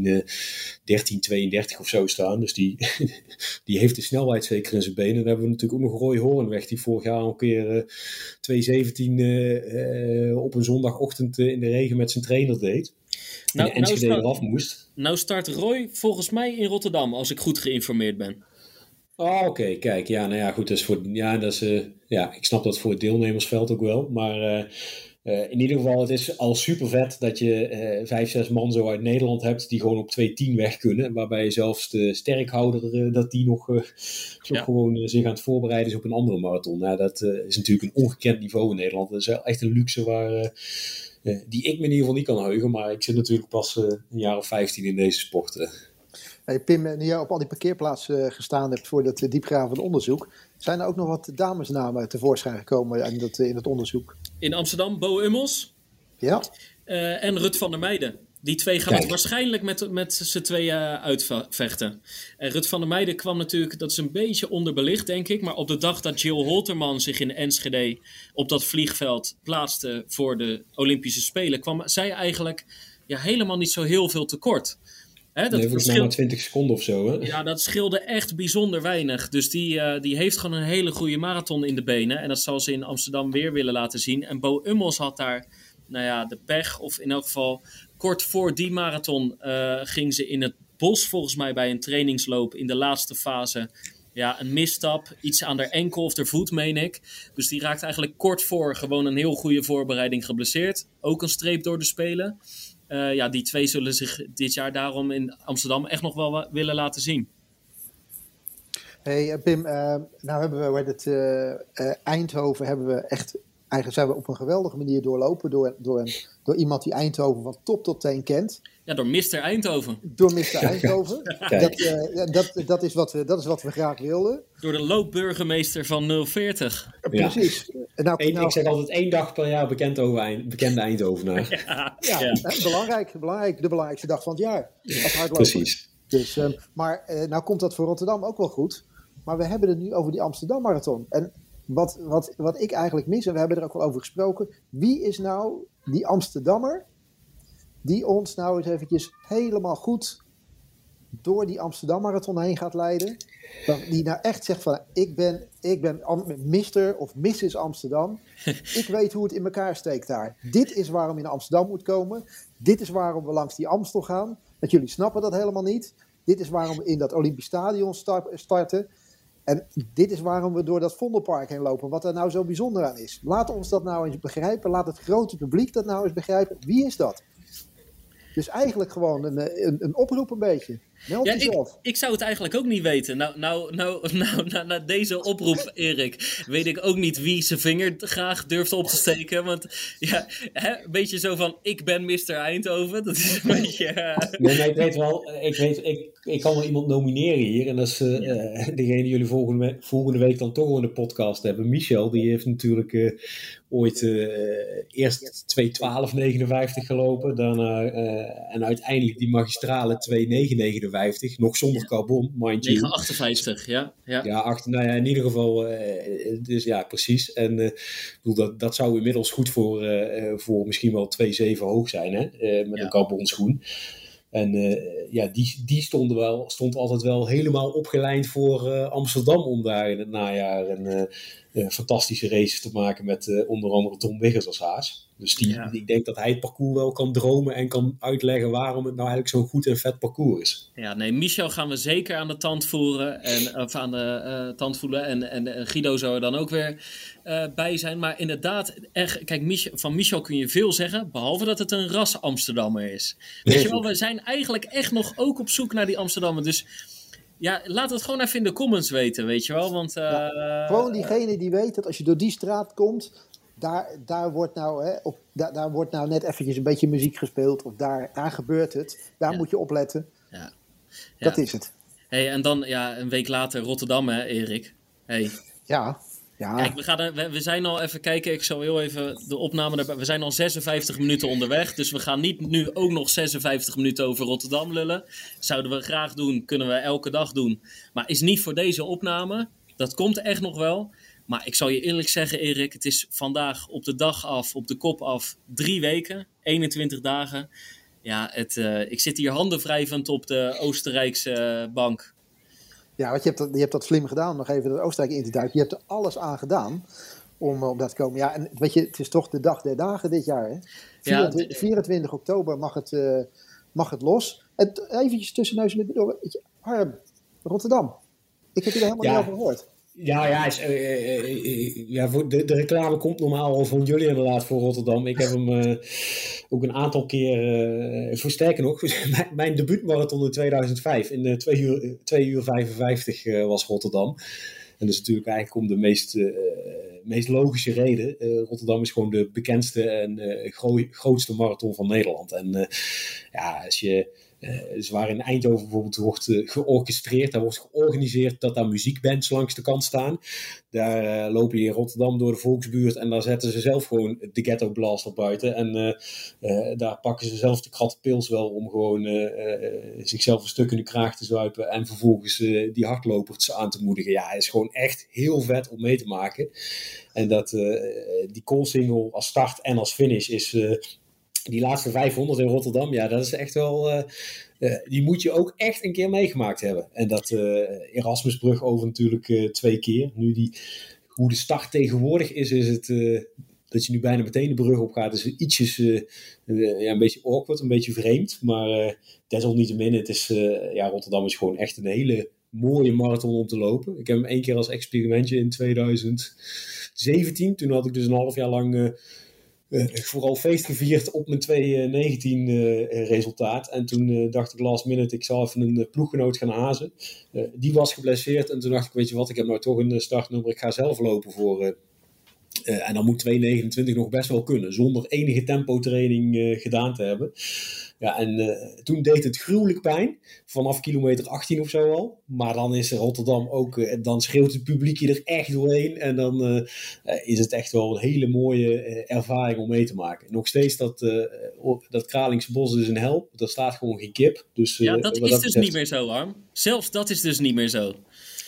dertien tweeëndertig of zo staan. Dus die, die heeft de snelheid zeker in zijn benen. Dan hebben we natuurlijk ook nog Roy Hoornweg. Die vorig jaar al een keer uh, twee zeventien uh, uh, op een zondagochtend uh, in de regen met zijn trainer deed. Nou, en de Enschede nou eraf moest. Nou start Roy volgens mij in Rotterdam. Als ik goed geïnformeerd ben. Oh, oké, okay, kijk, ja, nou ja, goed, dat is voor, ja, dat is, uh, ja, ik snap dat voor het deelnemersveld ook wel, maar uh, uh, in ieder geval, het is al super vet dat je uh, vijf, zes man zo uit Nederland hebt die gewoon op twee tien weg kunnen, waarbij je zelfs de sterkhouder, uh, dat die nog, uh, ja. gewoon uh, zich aan het voorbereiden is op een andere marathon. Nou, dat uh, is natuurlijk een ongekend niveau in Nederland, dat is echt een luxe waar... Uh, uh, die ik me in ieder geval niet kan heugen, maar ik zit natuurlijk pas uh, een jaar of vijftien in deze sport. Uh. Hey Pim, nu jij op al die parkeerplaatsen gestaan hebt voor dat diepgravende onderzoek, zijn er ook nog wat damesnamen tevoorschijn gekomen in dat, in het onderzoek? In Amsterdam, Bo Ummels. Ja. Uh, en Rut van der Meijden. Die twee gaan Kijk. het waarschijnlijk met, met z'n tweeën uitvechten. En Rut van der Meijden kwam natuurlijk, dat is een beetje onderbelicht denk ik, maar op de dag dat Jill Holterman zich in Enschede op dat vliegveld plaatste voor de Olympische Spelen, kwam zij eigenlijk ja, helemaal niet zo heel veel tekort. Hè, dat nee, volgens mij maar twintig seconden of zo. Hè? Ja, dat scheelde echt bijzonder weinig. Dus die, uh, die heeft gewoon een hele goede marathon in de benen. En dat zal ze in Amsterdam weer willen laten zien. En Bo Ummels had daar nou ja, de pech. Of in elk geval kort voor die marathon uh, ging ze in het bos volgens mij bij een trainingsloop in de laatste fase. Ja, een misstap. Iets aan haar enkel of haar voet, meen ik. Dus die raakt eigenlijk kort voor gewoon een heel goede voorbereiding geblesseerd. Ook een streep door de Spelen. Uh, ja, die twee zullen zich dit jaar daarom in Amsterdam echt nog wel wa- willen laten zien. Hey Pim, uh, nou hebben we hoe heet het, uh, uh, Eindhoven hebben we echt, eigenlijk zijn we op een geweldige manier doorlopen door, door, een, door iemand die Eindhoven van top tot teen kent. Ja, door mister Eindhoven. Door mister Eindhoven. dat, uh, dat, dat, is wat we, dat is wat we graag wilden. Door de loopburgemeester van nul veertig. Ja, precies. Ja. Nou, Eén, nou, ik zeg altijd één dag per jaar bekend over Eind, bekende Eindhovenaar. Ja, ja, ja. Uh, belangrijk, belangrijk. De belangrijkste dag van het jaar. Precies. Dus, um, maar uh, nou komt dat voor Rotterdam ook wel goed. Maar we hebben het nu over die Amsterdam Marathon. En wat, wat, wat ik eigenlijk mis, en we hebben er ook wel over gesproken. Wie is nou die Amsterdammer die ons nou eens eventjes helemaal goed door die Amsterdam Marathon heen gaat leiden? Die nou echt zegt van, ik ben, ik ben mister of missus Amsterdam. Ik weet hoe het in elkaar steekt daar. Dit is waarom je naar Amsterdam moet komen. Dit is waarom we langs die Amstel gaan. Dat jullie snappen dat helemaal niet. Dit is waarom we in dat Olympisch Stadion starten. En dit is waarom we door dat Vondelpark heen lopen. Wat er nou zo bijzonder aan is. Laat ons dat nou eens begrijpen. Laat het grote publiek dat nou eens begrijpen. Wie is dat? Dus eigenlijk gewoon een, een, een oproep een beetje. Meld ja, jezelf. Ik, ik zou het eigenlijk ook niet weten. Nou, nou, nou, nou, nou, na deze oproep, Erik, weet ik ook niet wie zijn vinger graag durft op te steken. Want ja, hè, een beetje zo van, ik ben mister Eindhoven. Dat is een beetje... Uh... Nee, maar ik weet wel, ik, weet, ik, ik kan wel iemand nomineren hier. En dat is uh, ja. uh, degene die jullie volgende, volgende week dan toch in de podcast hebben. Michel, die heeft natuurlijk uh, ooit uh, eerst twee twaalf negenenvijftig gelopen. Daarna, uh, en uiteindelijk die magistrale twee negen negenenvijftig. Nog zonder carbon, mind you. negen achtenvijftig, ja. Ja, ja acht, nou ja, in ieder geval, uh, dus ja, precies. En uh, bedoel, dat, dat zou inmiddels goed voor, uh, voor misschien wel twee zeven hoog zijn, hè? Uh, met ja. een carbonschoen. En uh, ja, die, die stond, wel, stond altijd wel helemaal opgelijnd voor uh, Amsterdam om daar in het najaar een uh, uh, fantastische races te maken met uh, onder andere Tom Wiggers als haas. Dus die, ja. ik denk dat hij het parcours wel kan dromen en kan uitleggen waarom het nou eigenlijk zo'n goed en vet parcours is. Ja, nee, Michel gaan we zeker aan de tand voeren en, of aan de uh, tand voelen en, en, en Guido zou er dan ook weer uh, bij zijn. Maar inderdaad, echt, kijk, Michel, van Michel kun je veel zeggen, behalve dat het een ras Amsterdammer is. Weet je wel, we zijn eigenlijk echt nog ook op zoek naar die Amsterdammer, dus... Ja, laat het gewoon even in de comments weten, weet je wel, want... Uh, ja, gewoon diegene die weet dat als je door die straat komt... Daar, daar, wordt nou, hè, op, daar, daar wordt nou net eventjes een beetje muziek gespeeld. Of daar, daar gebeurt het. Daar ja. moet je opletten. Ja. Dat ja. is het. Hey, en dan ja, een week later Rotterdam, hè, Erik? Hey. Ja. ja. Kijk, we, gaan er, we, we zijn al even kijken. Ik zal heel even de opname erbij. We zijn al zesenvijftig minuten onderweg. Dus we gaan niet nu ook nog zesenvijftig minuten over Rotterdam lullen. Zouden we graag doen. Kunnen we elke dag doen. Maar is niet voor deze opname. Dat komt echt nog wel. Maar ik zal je eerlijk zeggen, Erik, het is vandaag op de dag af, op de kop af, drie weken, eenentwintig dagen. Ja, het, uh, ik zit hier handen wrijvend op de Oostenrijkse uh, bank. Ja, want je hebt, dat, je hebt dat slim gedaan, nog even dat Oostenrijk in te duiken. Je hebt er alles aan gedaan om op dat te komen. Ja, en weet je, het is toch de dag der dagen dit jaar, hè? vierentwintig, vierentwintig oktober mag het, uh, mag het los. En t- eventjes tussen neus en lippen door. Harm, Rotterdam. Ik heb je er helemaal ja. niet over gehoord. Ja, ja, is, uh, uh, uh, ja de, de reclame komt normaal al van jullie inderdaad voor Rotterdam. Ik heb hem uh, ook een aantal keer, uh, voor sterker nog, mijn, mijn debuutmarathon in tweeduizend vijf in uh, twee uur vijfenvijftig uh, was Rotterdam. En dat is natuurlijk eigenlijk om de meest, uh, meest logische reden. Uh, Rotterdam is gewoon de bekendste en uh, gro- grootste marathon van Nederland. En uh, ja, als je... Uh, dus waar in Eindhoven bijvoorbeeld wordt uh, georchestreerd, daar wordt georganiseerd dat daar muziekbands langs de kant staan. Daar uh, lopen je in Rotterdam door de Volksbuurt en daar zetten ze zelf gewoon de ghetto blaster buiten. En uh, uh, daar pakken ze zelf de kratte pils wel om gewoon uh, uh, zichzelf een stuk in de kraag te zuipen en vervolgens uh, die hardlopers aan te moedigen. Ja, het is gewoon echt heel vet om mee te maken. En dat uh, die call single als start en als finish is... Uh, Die laatste vijfhonderd in Rotterdam, ja, dat is echt wel... Uh, uh, die moet je ook echt een keer meegemaakt hebben. En dat uh, Erasmusbrug over natuurlijk uh, twee keer. Nu die, hoe de start tegenwoordig is, is het... Uh, dat je nu bijna meteen de brug op gaat, is ietsjes uh, uh, ja, een beetje awkward, een beetje vreemd. Maar uh, desalniettemin, het is, uh, ja, Rotterdam is gewoon echt een hele mooie marathon om te lopen. Ik heb hem één keer als experimentje in tweeduizend zeventien. Toen had ik dus een half jaar lang... Uh, Uh, vooral feest gevierd op mijn twee negentien uh, resultaat. En toen uh, dacht ik last minute, ik zal even een uh, ploeggenoot gaan hazen. Uh, die was geblesseerd en toen dacht ik, weet je wat, ik heb nou toch een startnummer, ik ga zelf lopen voor... Uh, uh, en dan moet twee negenentwintig nog best wel kunnen, zonder enige tempotraining uh, gedaan te hebben. Ja, en uh, toen deed het gruwelijk pijn, vanaf kilometer achttien of zo al. Maar dan is Rotterdam ook, uh, dan schreeuwt het publiekje er echt doorheen. En dan uh, uh, is het echt wel een hele mooie uh, ervaring om mee te maken. Nog steeds dat, uh, dat Kralingse bos is een hel, daar staat gewoon geen kip. Dus, uh, ja, dat is dat dus betreft... niet meer zo, Harm. Zelfs dat is dus niet meer zo.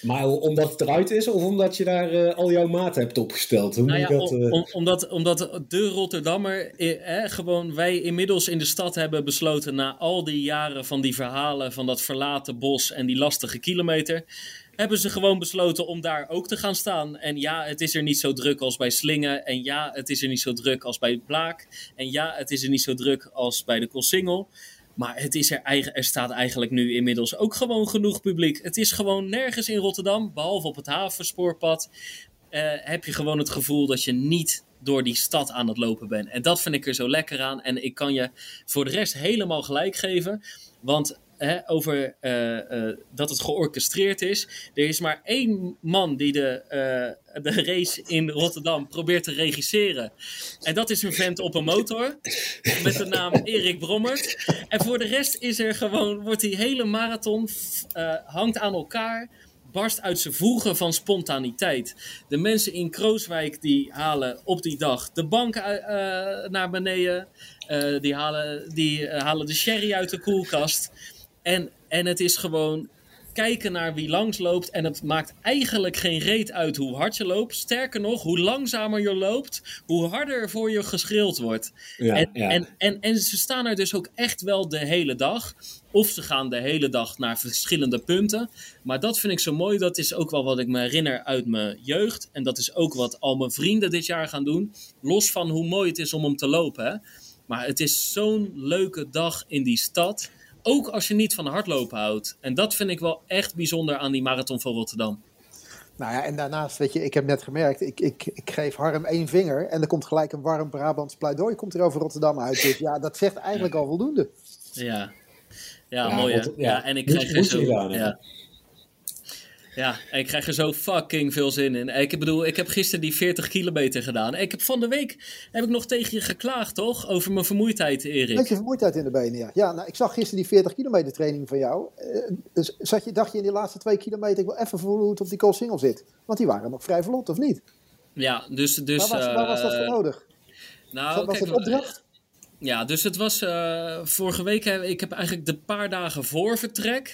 Maar omdat het eruit is of omdat je daar uh, al jouw maten hebt opgesteld? Hoe nou moet ja, dat, uh... om, omdat, omdat de Rotterdammer, eh, gewoon wij inmiddels in de stad hebben besloten na al die jaren van die verhalen van dat verlaten bos en die lastige kilometer, hebben ze gewoon besloten om daar ook te gaan staan. En ja, het is er niet zo druk als bij Slingen. En ja, het is er niet zo druk als bij Blaak. En ja, het is er niet zo druk als bij de Koolsingel. Maar het is er, eigen, er staat eigenlijk nu inmiddels ook gewoon genoeg publiek. Het is gewoon nergens in Rotterdam, behalve op het havenspoorpad, uh, heb je gewoon het gevoel dat je niet door die stad aan het lopen bent. En dat vind ik er zo lekker aan. En ik kan je voor de rest helemaal gelijk geven. Want He, over uh, uh, dat het georchestreerd is. Er is maar één man die de, uh, de race in Rotterdam probeert te regisseren. En dat is een vent op een motor. Met de naam Erik Brommert. En voor de rest is er gewoon, wordt die hele marathon uh, hangt aan elkaar. Barst uit zijn voegen van spontaniteit. De mensen in Krooswijk die halen op die dag de bank uh, naar beneden. Uh, die halen, die uh, halen de sherry uit de koelkast. En, en het is gewoon kijken naar wie langs loopt. En het maakt eigenlijk geen reet uit hoe hard je loopt. Sterker nog, hoe langzamer je loopt, hoe harder voor je geschreeuwd wordt. Ja, en, ja. En, en, en ze staan er dus ook echt wel de hele dag. Of ze gaan de hele dag naar verschillende punten. Maar dat vind ik zo mooi. Dat is ook wel wat ik me herinner uit mijn jeugd. En dat is ook wat al mijn vrienden dit jaar gaan doen. Los van hoe mooi het is om om te lopen. Hè? Maar het is zo'n leuke dag in die stad. Ook als je niet van hardlopen houdt. En dat vind ik wel echt bijzonder aan die Marathon van Rotterdam. Nou ja, en daarnaast, weet je, ik heb net gemerkt, ik, ik, ik geef Harm één vinger en er komt gelijk een warm Brabants pleidooi, komt er over Rotterdam uit. Dus ja, dat zegt eigenlijk al voldoende. Ja, ja, ja mooi hè. Ja. ja, en ik moet, krijg er zo... Gedaan, ja. Ja, en ik krijg er zo fucking veel zin in. Ik bedoel, ik heb gisteren die veertig kilometer gedaan. Ik heb van de week heb ik nog tegen je geklaagd, toch? Over mijn vermoeidheid, Erik. Met je vermoeidheid in de benen, ja. Ja, nou, ik zag gisteren die veertig kilometer training van jou. Uh, dus zat je, dacht je in die laatste twee kilometer, ik wil even voelen hoe het op die Koolsingel zit. Want die waren nog vrij vlot, of niet? Ja, dus... dus waar, was, waar was dat voor nodig? Nou, was was kijk, het opdracht? Ja, dus het was... Uh, vorige week, heb, ik heb eigenlijk de paar dagen voor vertrek...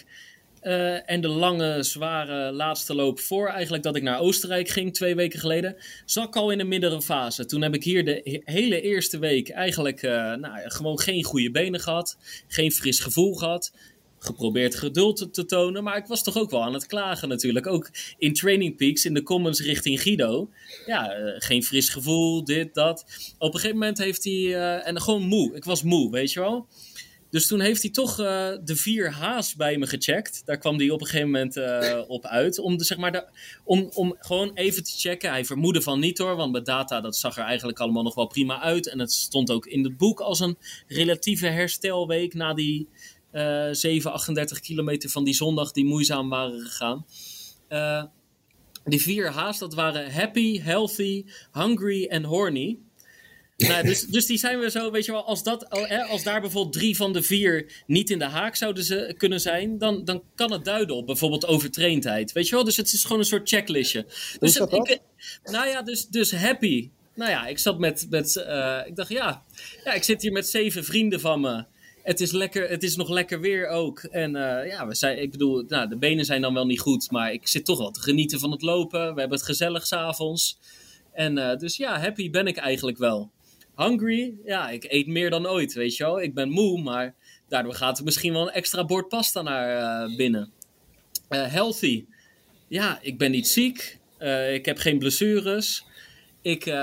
Uh, en de lange, zware laatste loop voor eigenlijk dat ik naar Oostenrijk ging, twee weken geleden, zat ik al in de middelere fase. Toen heb ik hier de he- hele eerste week eigenlijk uh, nou, gewoon geen goede benen gehad, geen fris gevoel gehad. Geprobeerd geduld te, te tonen, maar ik was toch ook wel aan het klagen natuurlijk. Ook in Training Peaks, in de comments richting Guido. Ja, uh, geen fris gevoel, dit, dat. Op een gegeven moment heeft hij, uh, en gewoon moe, ik was moe, weet je wel. Dus toen heeft hij toch uh, de vier H's bij me gecheckt. Daar kwam hij op een gegeven moment uh, op uit. Om, de, zeg maar de, om, om gewoon even te checken. Hij vermoedde van niet hoor. Want met data dat zag er eigenlijk allemaal nog wel prima uit. En het stond ook in het boek als een relatieve herstelweek. Na die uh, zeven, achtendertig kilometer van die zondag die moeizaam waren gegaan. Uh, die vier H's dat waren happy, healthy, hungry en horny. Nou, dus, dus die zijn we zo, weet je wel, als, dat, als daar bijvoorbeeld drie van de vier niet in de haak zouden ze kunnen zijn, dan, dan kan het duiden op bijvoorbeeld overtraindheid. Weet je wel, dus het is gewoon een soort checklistje. Dus dat het, ik, nou ja, dus, dus happy. Nou ja, ik zat met, met uh, ik dacht ja, ja, ik zit hier met zeven vrienden van me. Het is, lekker, het is nog lekker weer ook. En uh, ja, we zijn, ik bedoel, nou, de benen zijn dan wel niet goed, maar ik zit toch wel te genieten van het lopen. We hebben het gezellig 's avonds. En uh, dus ja, happy ben ik eigenlijk wel. Hungry, ja, ik eet meer dan ooit, weet je wel. Ik ben moe, maar daardoor gaat er misschien wel een extra bord pasta naar uh, binnen. Uh, healthy, ja, ik ben niet ziek. Uh, ik heb geen blessures. Ik, uh,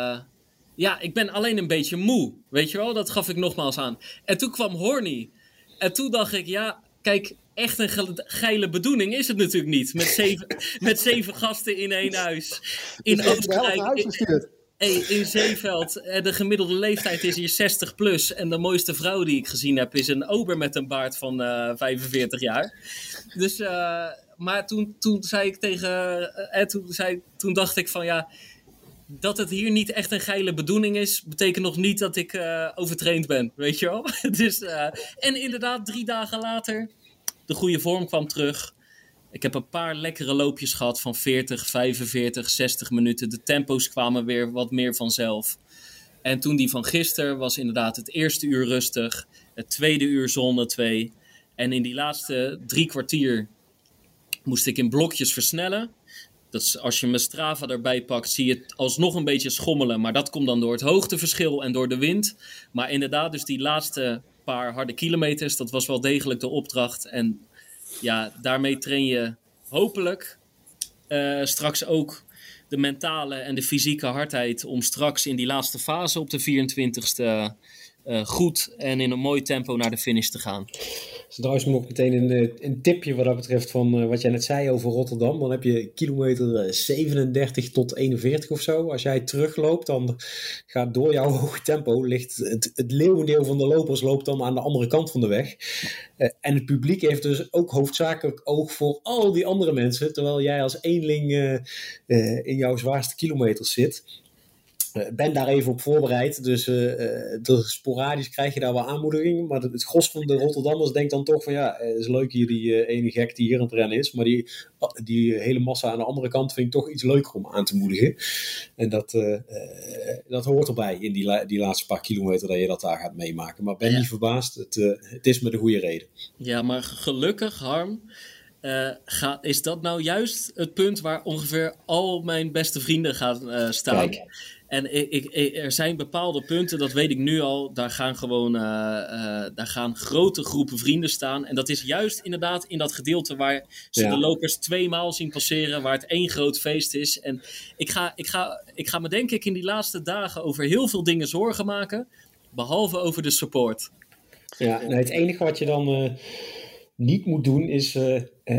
ja, ik ben alleen een beetje moe, weet je wel. Dat gaf ik nogmaals aan. En toen kwam horny. En toen dacht ik, ja, kijk, echt een ge- geile bedoeling is het natuurlijk niet. Met zeven, met zeven gasten in één huis. In dus Oostenrijk. Hey, in Zeeveld, de gemiddelde leeftijd is hier zestig plus. En de mooiste vrouw die ik gezien heb is een ober met een baard van uh, vijfenveertig jaar. Dus, uh, maar toen, toen zei ik tegen, uh, toen, zei, toen dacht ik van ja, dat het hier niet echt een geile bedoeling is, betekent nog niet dat ik uh, overtraind ben, weet je wel. Dus, uh, en inderdaad, drie dagen later, de goede vorm kwam terug. Ik heb een paar lekkere loopjes gehad van veertig, vijfenveertig, zestig minuten. De tempo's kwamen weer wat meer vanzelf. En toen die van gisteren was inderdaad het eerste uur rustig. Het tweede uur zone twee. En in die laatste drie kwartier moest ik in blokjes versnellen. Dat is, als je mijn Strava erbij pakt, zie je het alsnog een beetje schommelen. Maar dat komt dan door het hoogteverschil en door de wind. Maar inderdaad, dus die laatste paar harde kilometers, dat was wel degelijk de opdracht. En ja, daarmee train je hopelijk uh, straks ook de mentale en de fysieke hardheid om straks in die laatste fase op de vierentwintigste uh, goed en in een mooi tempo naar de finish te gaan. Dus trouwens nog meteen een, een tipje wat dat betreft van uh, wat jij net zei over Rotterdam. Dan heb je kilometer zevenendertig tot eenenveertig of zo. Als jij terugloopt, dan gaat door jouw hoge tempo, ligt het, het leeuwendeel van de lopers loopt dan aan de andere kant van de weg. Uh, en het publiek heeft dus ook hoofdzakelijk oog voor al die andere mensen, terwijl jij als eenling uh, uh, in jouw zwaarste kilometers zit. Uh, ben daar even op voorbereid, dus uh, uh, sporadisch krijg je daar wel aanmoediging, maar het, het gros van de Rotterdammers denkt dan toch van ja, het is leuk hier die uh, ene gek die hier aan het rennen is, maar die, die hele massa aan de andere kant vind ik toch iets leuker om aan te moedigen. En dat, uh, uh, dat hoort erbij in die, la- die laatste paar kilometer dat je dat daar gaat meemaken. Maar ben Ja. niet verbaasd, het, uh, het is met een goede reden. Ja, maar gelukkig, Harm, uh, ga, is dat nou juist het punt waar ongeveer al mijn beste vrienden gaan uh, staan. Kijk. En ik, ik, er zijn bepaalde punten, dat weet ik nu al, daar gaan gewoon uh, uh, daar gaan grote groepen vrienden staan. En dat is juist inderdaad in dat gedeelte waar ze ja. de lopers tweemaal zien passeren, waar het één groot feest is. En ik ga, ik, ga, ik ga me denk ik in die laatste dagen over heel veel dingen zorgen maken, behalve over de support. Ja, nee, het enige wat je dan uh, niet moet doen is uh,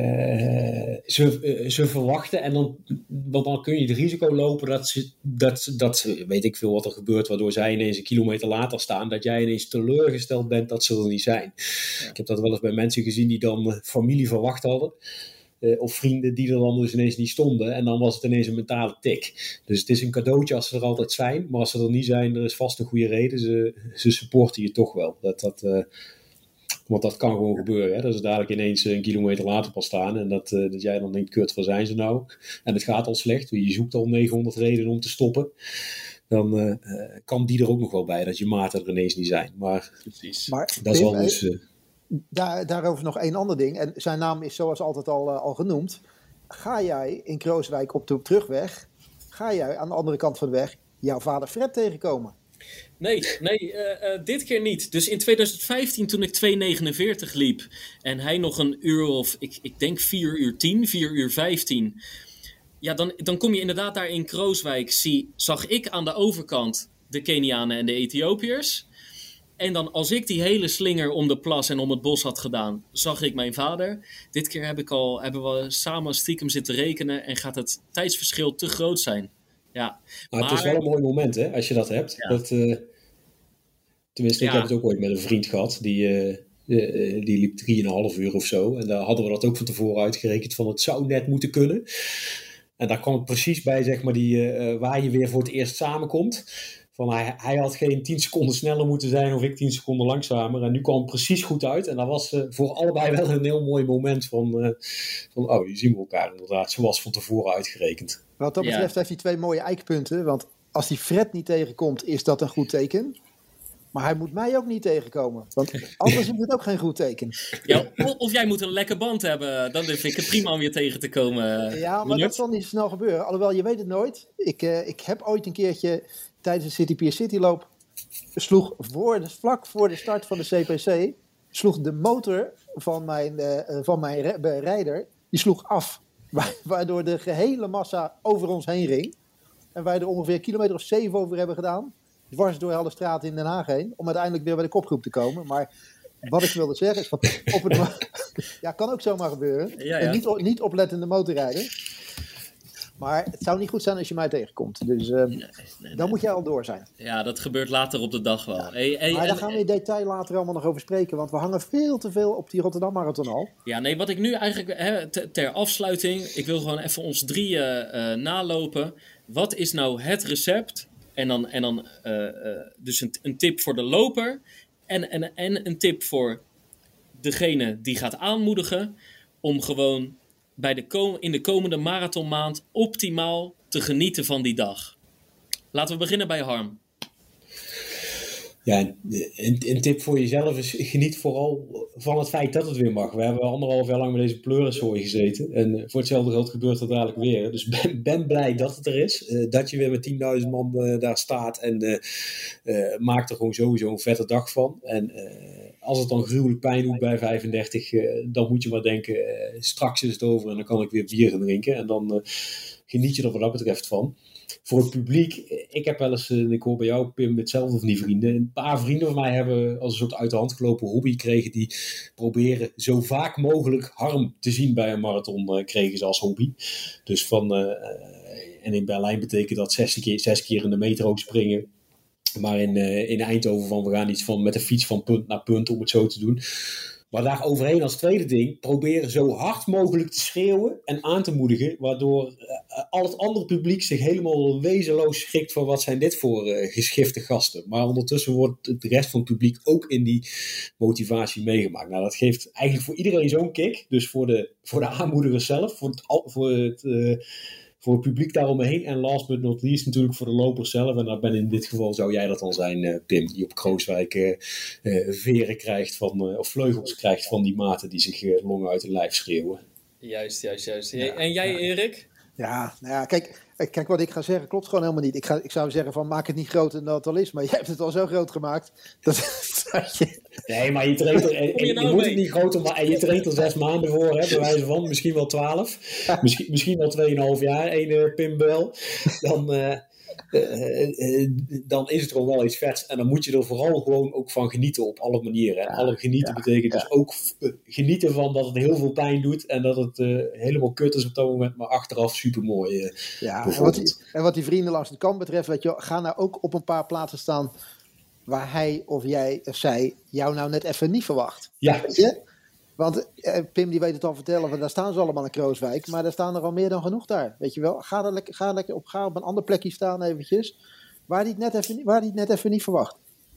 uh, ze, uh, ze verwachten en dan, want dan kun je het risico lopen dat ze, dat, dat weet ik veel wat er gebeurt, waardoor zij ineens een kilometer later staan, dat jij ineens teleurgesteld bent dat ze er niet zijn. Ja. Ik heb dat wel eens bij mensen gezien die dan uh, familie verwacht hadden. Uh, of vrienden die er dan dus ineens niet stonden. En dan was het ineens een mentale tik. Dus het is een cadeautje als ze er altijd zijn. Maar als ze er niet zijn, er is vast een goede reden. Ze, ze supporten je toch wel. Dat, dat, uh, want dat kan gewoon gebeuren. Hè? Dat ze dadelijk ineens een kilometer later pas staan. En dat, uh, dat jij dan denkt, kut, waar zijn ze nou? En het gaat al slecht. Je zoekt al negenhonderd redenen om te stoppen. Dan uh, uh, kan die er ook nog wel bij. Dat je maten er ineens niet zijn. Maar, Precies. Maar dat is wel dus... Uh, Daar, daarover nog één ander ding. En zijn naam is zoals altijd al, uh, al genoemd. Ga jij in Krooswijk op de terugweg, ga jij aan de andere kant van de weg jouw vader Fred tegenkomen? Nee, nee uh, uh, dit keer niet. Dus in twintig vijftien toen ik twee negenenveertig liep en hij nog een uur of, ik, ik denk vier uur tien, vier uur vijftien. Ja, dan, dan kom je inderdaad daar in Krooswijk. Zie, zag ik aan de overkant de Kenianen en de Ethiopiërs. En dan als ik die hele slinger om de plas en om het bos had gedaan, zag ik mijn vader. Dit keer heb ik al, hebben we samen stiekem zitten rekenen en gaat het tijdsverschil te groot zijn. Ja. Maar, maar het is wel een mooi moment, hè, als je dat hebt. Ja. Dat, uh, tenminste, ik ja. heb het ook ooit met een vriend gehad. Die, uh, uh, die liep drieënhalf uur of zo. En daar hadden we dat ook van tevoren uitgerekend van het zou net moeten kunnen. En daar kwam het precies bij, zeg maar, die, uh, waar je weer voor het eerst samenkomt. Van hij, hij had geen tien seconden sneller moeten zijn of ik tien seconden langzamer. En nu kwam het precies goed uit. En dat was uh, voor allebei wel een heel mooi moment van, uh, van oh, hier zien we elkaar inderdaad. Zoals van tevoren uitgerekend. Wat dat betreft ja. heeft hij twee mooie eikpunten. Want als die Fred niet tegenkomt, is dat een goed teken. Maar hij moet mij ook niet tegenkomen. Want anders is het ook geen goed teken. Ja, of, of jij moet een lekker band hebben. Dan vind ik het prima om weer tegen te komen. Ja, maar dat zal niet snel gebeuren. Alhoewel, je weet het nooit. Ik, uh, ik heb ooit een keertje tijdens de City Pier City loop sloeg voor de, vlak voor de start van de C P C sloeg de motor van mijn, uh, van mijn re- rijder die sloeg af. Waardoor de gehele massa over ons heen ging. En wij er ongeveer een kilometer of zeven over hebben gedaan. Dwars door alle straten in Den Haag heen. Om uiteindelijk weer bij de kopgroep te komen. Maar wat ik wilde zeggen is van op het ja, kan ook zomaar gebeuren. Ja, ja. En niet, niet oplettende motorrijden. Maar het zou niet goed zijn als je mij tegenkomt. Dus uh, nee, nee, nee. dan moet jij al door zijn. Ja, dat gebeurt later op de dag wel. Ja. Hey, hey, maar en, daar gaan we in detail later allemaal nog over spreken. Want we hangen veel te veel op die Rotterdam Marathon al. Ja, nee, wat ik nu eigenlijk hè, ter, ter afsluiting. Ik wil gewoon even ons drieën uh, nalopen. Wat is nou het recept? En dan, en dan uh, uh, dus een, een tip voor de loper. En, en, en een tip voor degene die gaat aanmoedigen. Om gewoon bij de kom- in de komende marathonmaand optimaal te genieten van die dag. Laten we beginnen bij Harm. Ja, een, een tip voor jezelf is, geniet vooral van het feit dat het weer mag. We hebben anderhalf jaar lang met deze pleuriszooi gezeten. En voor hetzelfde geld gebeurt het dadelijk weer. Dus ben, ben blij dat het er is. Uh, dat je weer met tienduizend man uh, daar staat. En uh, uh, maak er gewoon sowieso een vette dag van. En uh, als het dan gruwelijk pijn doet bij vijfendertig, uh, dan moet je maar denken, uh, straks is het over en dan kan ik weer bier gaan drinken. En dan uh, geniet je er wat dat betreft van. Voor het publiek, ik heb wel eens, en ik hoor bij jou Pim, hetzelfde van die vrienden. Een paar vrienden van mij hebben als een soort uit de hand gelopen hobby gekregen. Die proberen zo vaak mogelijk Harm te zien bij een marathon, uh, kregen ze als hobby. Dus van, uh, en in Berlijn betekent dat zes keer, zes keer in de metro springen. Maar in, uh, in Eindhoven van, we gaan iets van met de fiets van punt naar punt om het zo te doen. Maar daar overheen als tweede ding, proberen zo hard mogelijk te schreeuwen en aan te moedigen, waardoor uh, al het andere publiek zich helemaal wezenloos schikt van wat zijn dit voor uh, geschifte gasten. Maar ondertussen wordt de rest van het publiek ook in die motivatie meegemaakt. Nou, dat geeft eigenlijk voor iedereen zo'n kick. Dus voor de, voor de aanmoedigers zelf, voor het, voor het uh, voor het publiek daaromheen en last but not least natuurlijk voor de lopers zelf. En dat ben in dit geval zou jij dat dan zijn, uh, Pim, die op Krooswijk uh, uh, veren krijgt van, uh, of vleugels krijgt van die maten die zich uh, longen uit hun lijf schreeuwen. Juist, juist, juist. Ja, en jij, ja. Erik? Ja, nou ja, kijk, kijk, wat ik ga zeggen klopt gewoon helemaal niet. Ik, ga, ik zou zeggen van maak het niet groter dan het al is, maar jij hebt het al zo groot gemaakt. Dat, dat je... Nee, maar je traint er, en, je, je, nou je moet het niet groter maken. En je traint er zes maanden voor, hè, bij wijze van, misschien wel twaalf. Misschien, misschien wel tweeënhalf jaar, één uh, Pim Bel. Dan... Uh, Uh, uh, uh, dan is het gewoon wel iets vets. En dan moet je er vooral gewoon ook van genieten op alle manieren. En ja, alle genieten ja, betekent ja. dus ook uh, genieten van dat het heel veel pijn doet. En dat het uh, helemaal kut is op dat moment. Maar achteraf supermooi. Uh, ja, en wat, die, en wat die vrienden langs de kant betreft. Weet je, ga nou ook op een paar plaatsen staan waar hij of jij of zij jou nou net even niet verwacht. Ja. Weet je? Want eh, Pim die weet het al vertellen, want daar staan ze allemaal in Krooswijk. Maar er staan er al meer dan genoeg daar. Weet je wel, ga er lekker, ga lekker op, ga op een ander plekje staan eventjes. Waar die het net even, waar die het net even niet verwacht.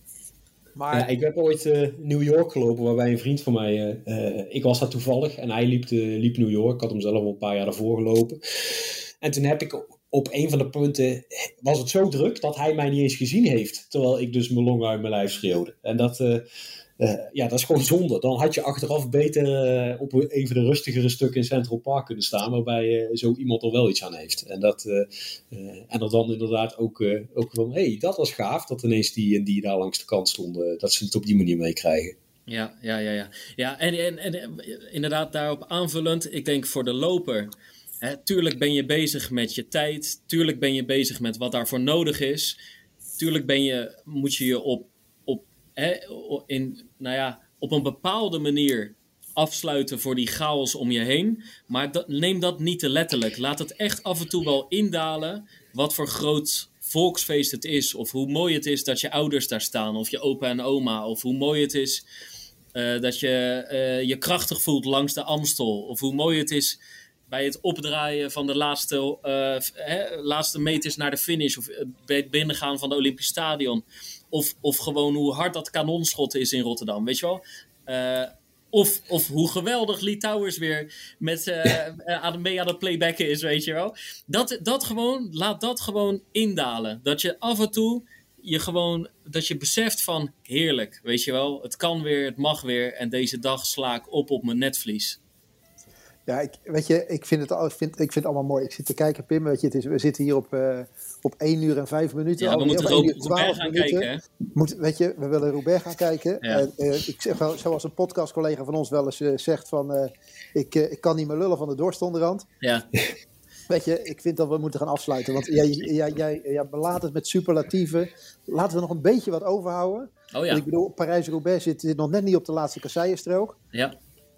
Maar... Ja, ik heb ooit uh, New York gelopen, waarbij een vriend van mij... Uh, uh, ik was daar toevallig en hij liep, uh, liep New York. Ik had hem zelf al een paar jaar daarvoor gelopen. En toen heb ik op een van de punten... was het zo druk dat hij mij niet eens gezien heeft. Terwijl ik dus mijn longen uit mijn lijf schreeuwde. En dat... Uh, Uh, ja, dat is gewoon zonde. Dan had je achteraf beter uh, op een van de rustigere stukken in Central Park kunnen staan, waarbij uh, zo iemand er wel iets aan heeft. En, dat, uh, uh, en er dan inderdaad ook, uh, ook van, hé, hey, dat was gaaf, dat ineens die en die daar langs de kant stonden, dat ze het op die manier meekrijgen. Ja, ja, ja, ja. ja en, en, en inderdaad daarop aanvullend, ik denk voor de loper, hè, tuurlijk ben je bezig met je tijd, tuurlijk ben je bezig met wat daarvoor nodig is, tuurlijk ben je, moet je je op He, in, nou ja, op een bepaalde manier afsluiten voor die chaos om je heen. Maar dat, neem dat niet te letterlijk. Laat het echt af en toe wel indalen wat voor groot volksfeest het is. Of hoe mooi het is dat je ouders daar staan. Of je opa en oma. Of hoe mooi het is uh, dat je uh, je krachtig voelt langs de Amstel. Of hoe mooi het is bij het opdraaien van de laatste, uh, he, laatste meters naar de finish. Of bij het binnengaan van het Olympisch Stadion. Of, of gewoon hoe hard dat kanonschot is in Rotterdam, weet je wel? Uh, of, of hoe geweldig Lee Towers weer met, uh, aan, mee aan het playbacken is, weet je wel? Dat, dat gewoon, laat dat gewoon indalen. Dat je af en toe je gewoon, dat je beseft van heerlijk, weet je wel? Het kan weer, het mag weer en deze dag sla ik op op mijn netvlies. Ja, ik, weet je, ik vind, het, ik, vind, ik vind het allemaal mooi. Ik zit te kijken, Pim, weet je, het is, we zitten hier op, uh, op één uur en vijf minuten. Ja, we moeten ook Roubaix gaan minuten. kijken, hè? Moet, weet je, we willen Roubaix gaan kijken. Ja. Uh, uh, ik zeg wel, zoals een podcastcollega van ons wel eens uh, zegt van, uh, ik, uh, ik kan niet meer lullen van de dorst onderhand. Ja. Weet je, ik vind dat we moeten gaan afsluiten. Want jij, jij, jij, jij belaadt het met superlatieven. Laten we nog een beetje wat overhouden. Oh ja. Want ik bedoel, Parijs-Roubaix zit, zit nog net niet op de laatste kasseienstrook. Ja.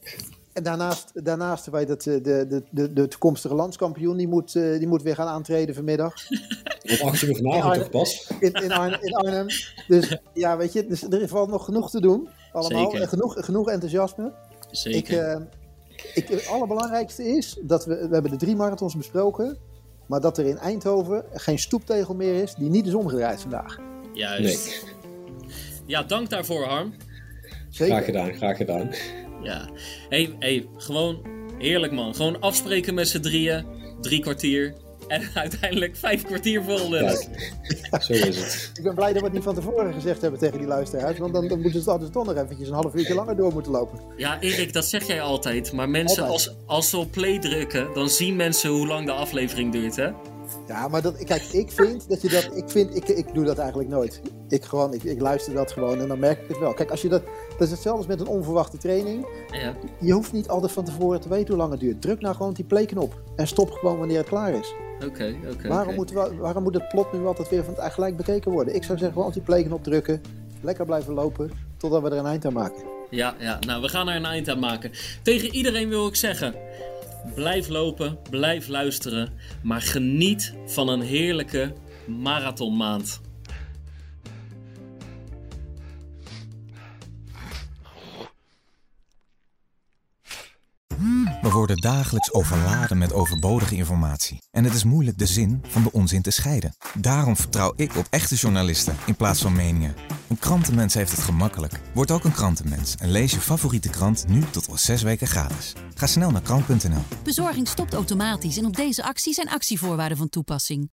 En daarnaast, daarnaast weet dat de, de, de, de toekomstige landskampioen, die moet, uh, die moet weer gaan aantreden vanmiddag. Op acht uur vanavond toch pas? In, in, Arnhem, in Arnhem. Dus ja, weet je, dus er valt nog genoeg te doen. Allemaal. En genoeg, genoeg enthousiasme. Zeker. Ik, uh, ik, het allerbelangrijkste is dat we, we hebben de drie marathons besproken, maar dat er in Eindhoven geen stoeptegel meer is die niet is omgedraaid vandaag. Juist. Nee. Ja, dank daarvoor, Harm. Zeker. Graag gedaan, graag gedaan. Ja, hey, hey, gewoon heerlijk man. Gewoon afspreken met z'n drieën, drie kwartier. En uiteindelijk vijf kwartier vol lullen. Kijk, zo is het. Ik ben blij dat we het niet van tevoren gezegd hebben tegen die luisteraars. Want dan, dan moeten ze altijd toch nog eventjes een half uurtje langer door moeten lopen. Ja, Erik, dat zeg jij altijd. Maar mensen, Altijd. als, als ze op play drukken, dan zien mensen hoe lang de aflevering duurt, hè? Ja, maar dat, kijk, ik vind dat je dat... Ik, vind, ik, ik doe dat eigenlijk nooit. Ik, gewoon, ik, ik luister dat gewoon en dan merk ik het wel. Kijk, als je dat... Dat is hetzelfde als met een onverwachte training. Ja. Je hoeft niet altijd van tevoren te weten hoe lang het duurt. Druk nou gewoon die playknop. En stop gewoon wanneer het klaar is. Oké, okay, oké. Okay, waarom, okay. moet waarom moet het plot nu altijd weer van het gelijk bekeken worden? Ik zou zeggen, gewoon op die playknop drukken. Lekker blijven lopen. Totdat we er een eind aan maken. Ja, ja, nou, we gaan er een eind aan maken. Tegen iedereen wil ik zeggen... Blijf lopen, blijf luisteren, maar geniet van een heerlijke marathonmaand. We worden dagelijks overladen met overbodige informatie. En het is moeilijk de zin van de onzin te scheiden. Daarom vertrouw ik op echte journalisten in plaats van meningen. Een krantenmens heeft het gemakkelijk. Word ook een krantenmens en lees je favoriete krant nu tot wel zes weken gratis. Ga snel naar krant punt n l. Bezorging stopt automatisch en op deze actie zijn actievoorwaarden van toepassing.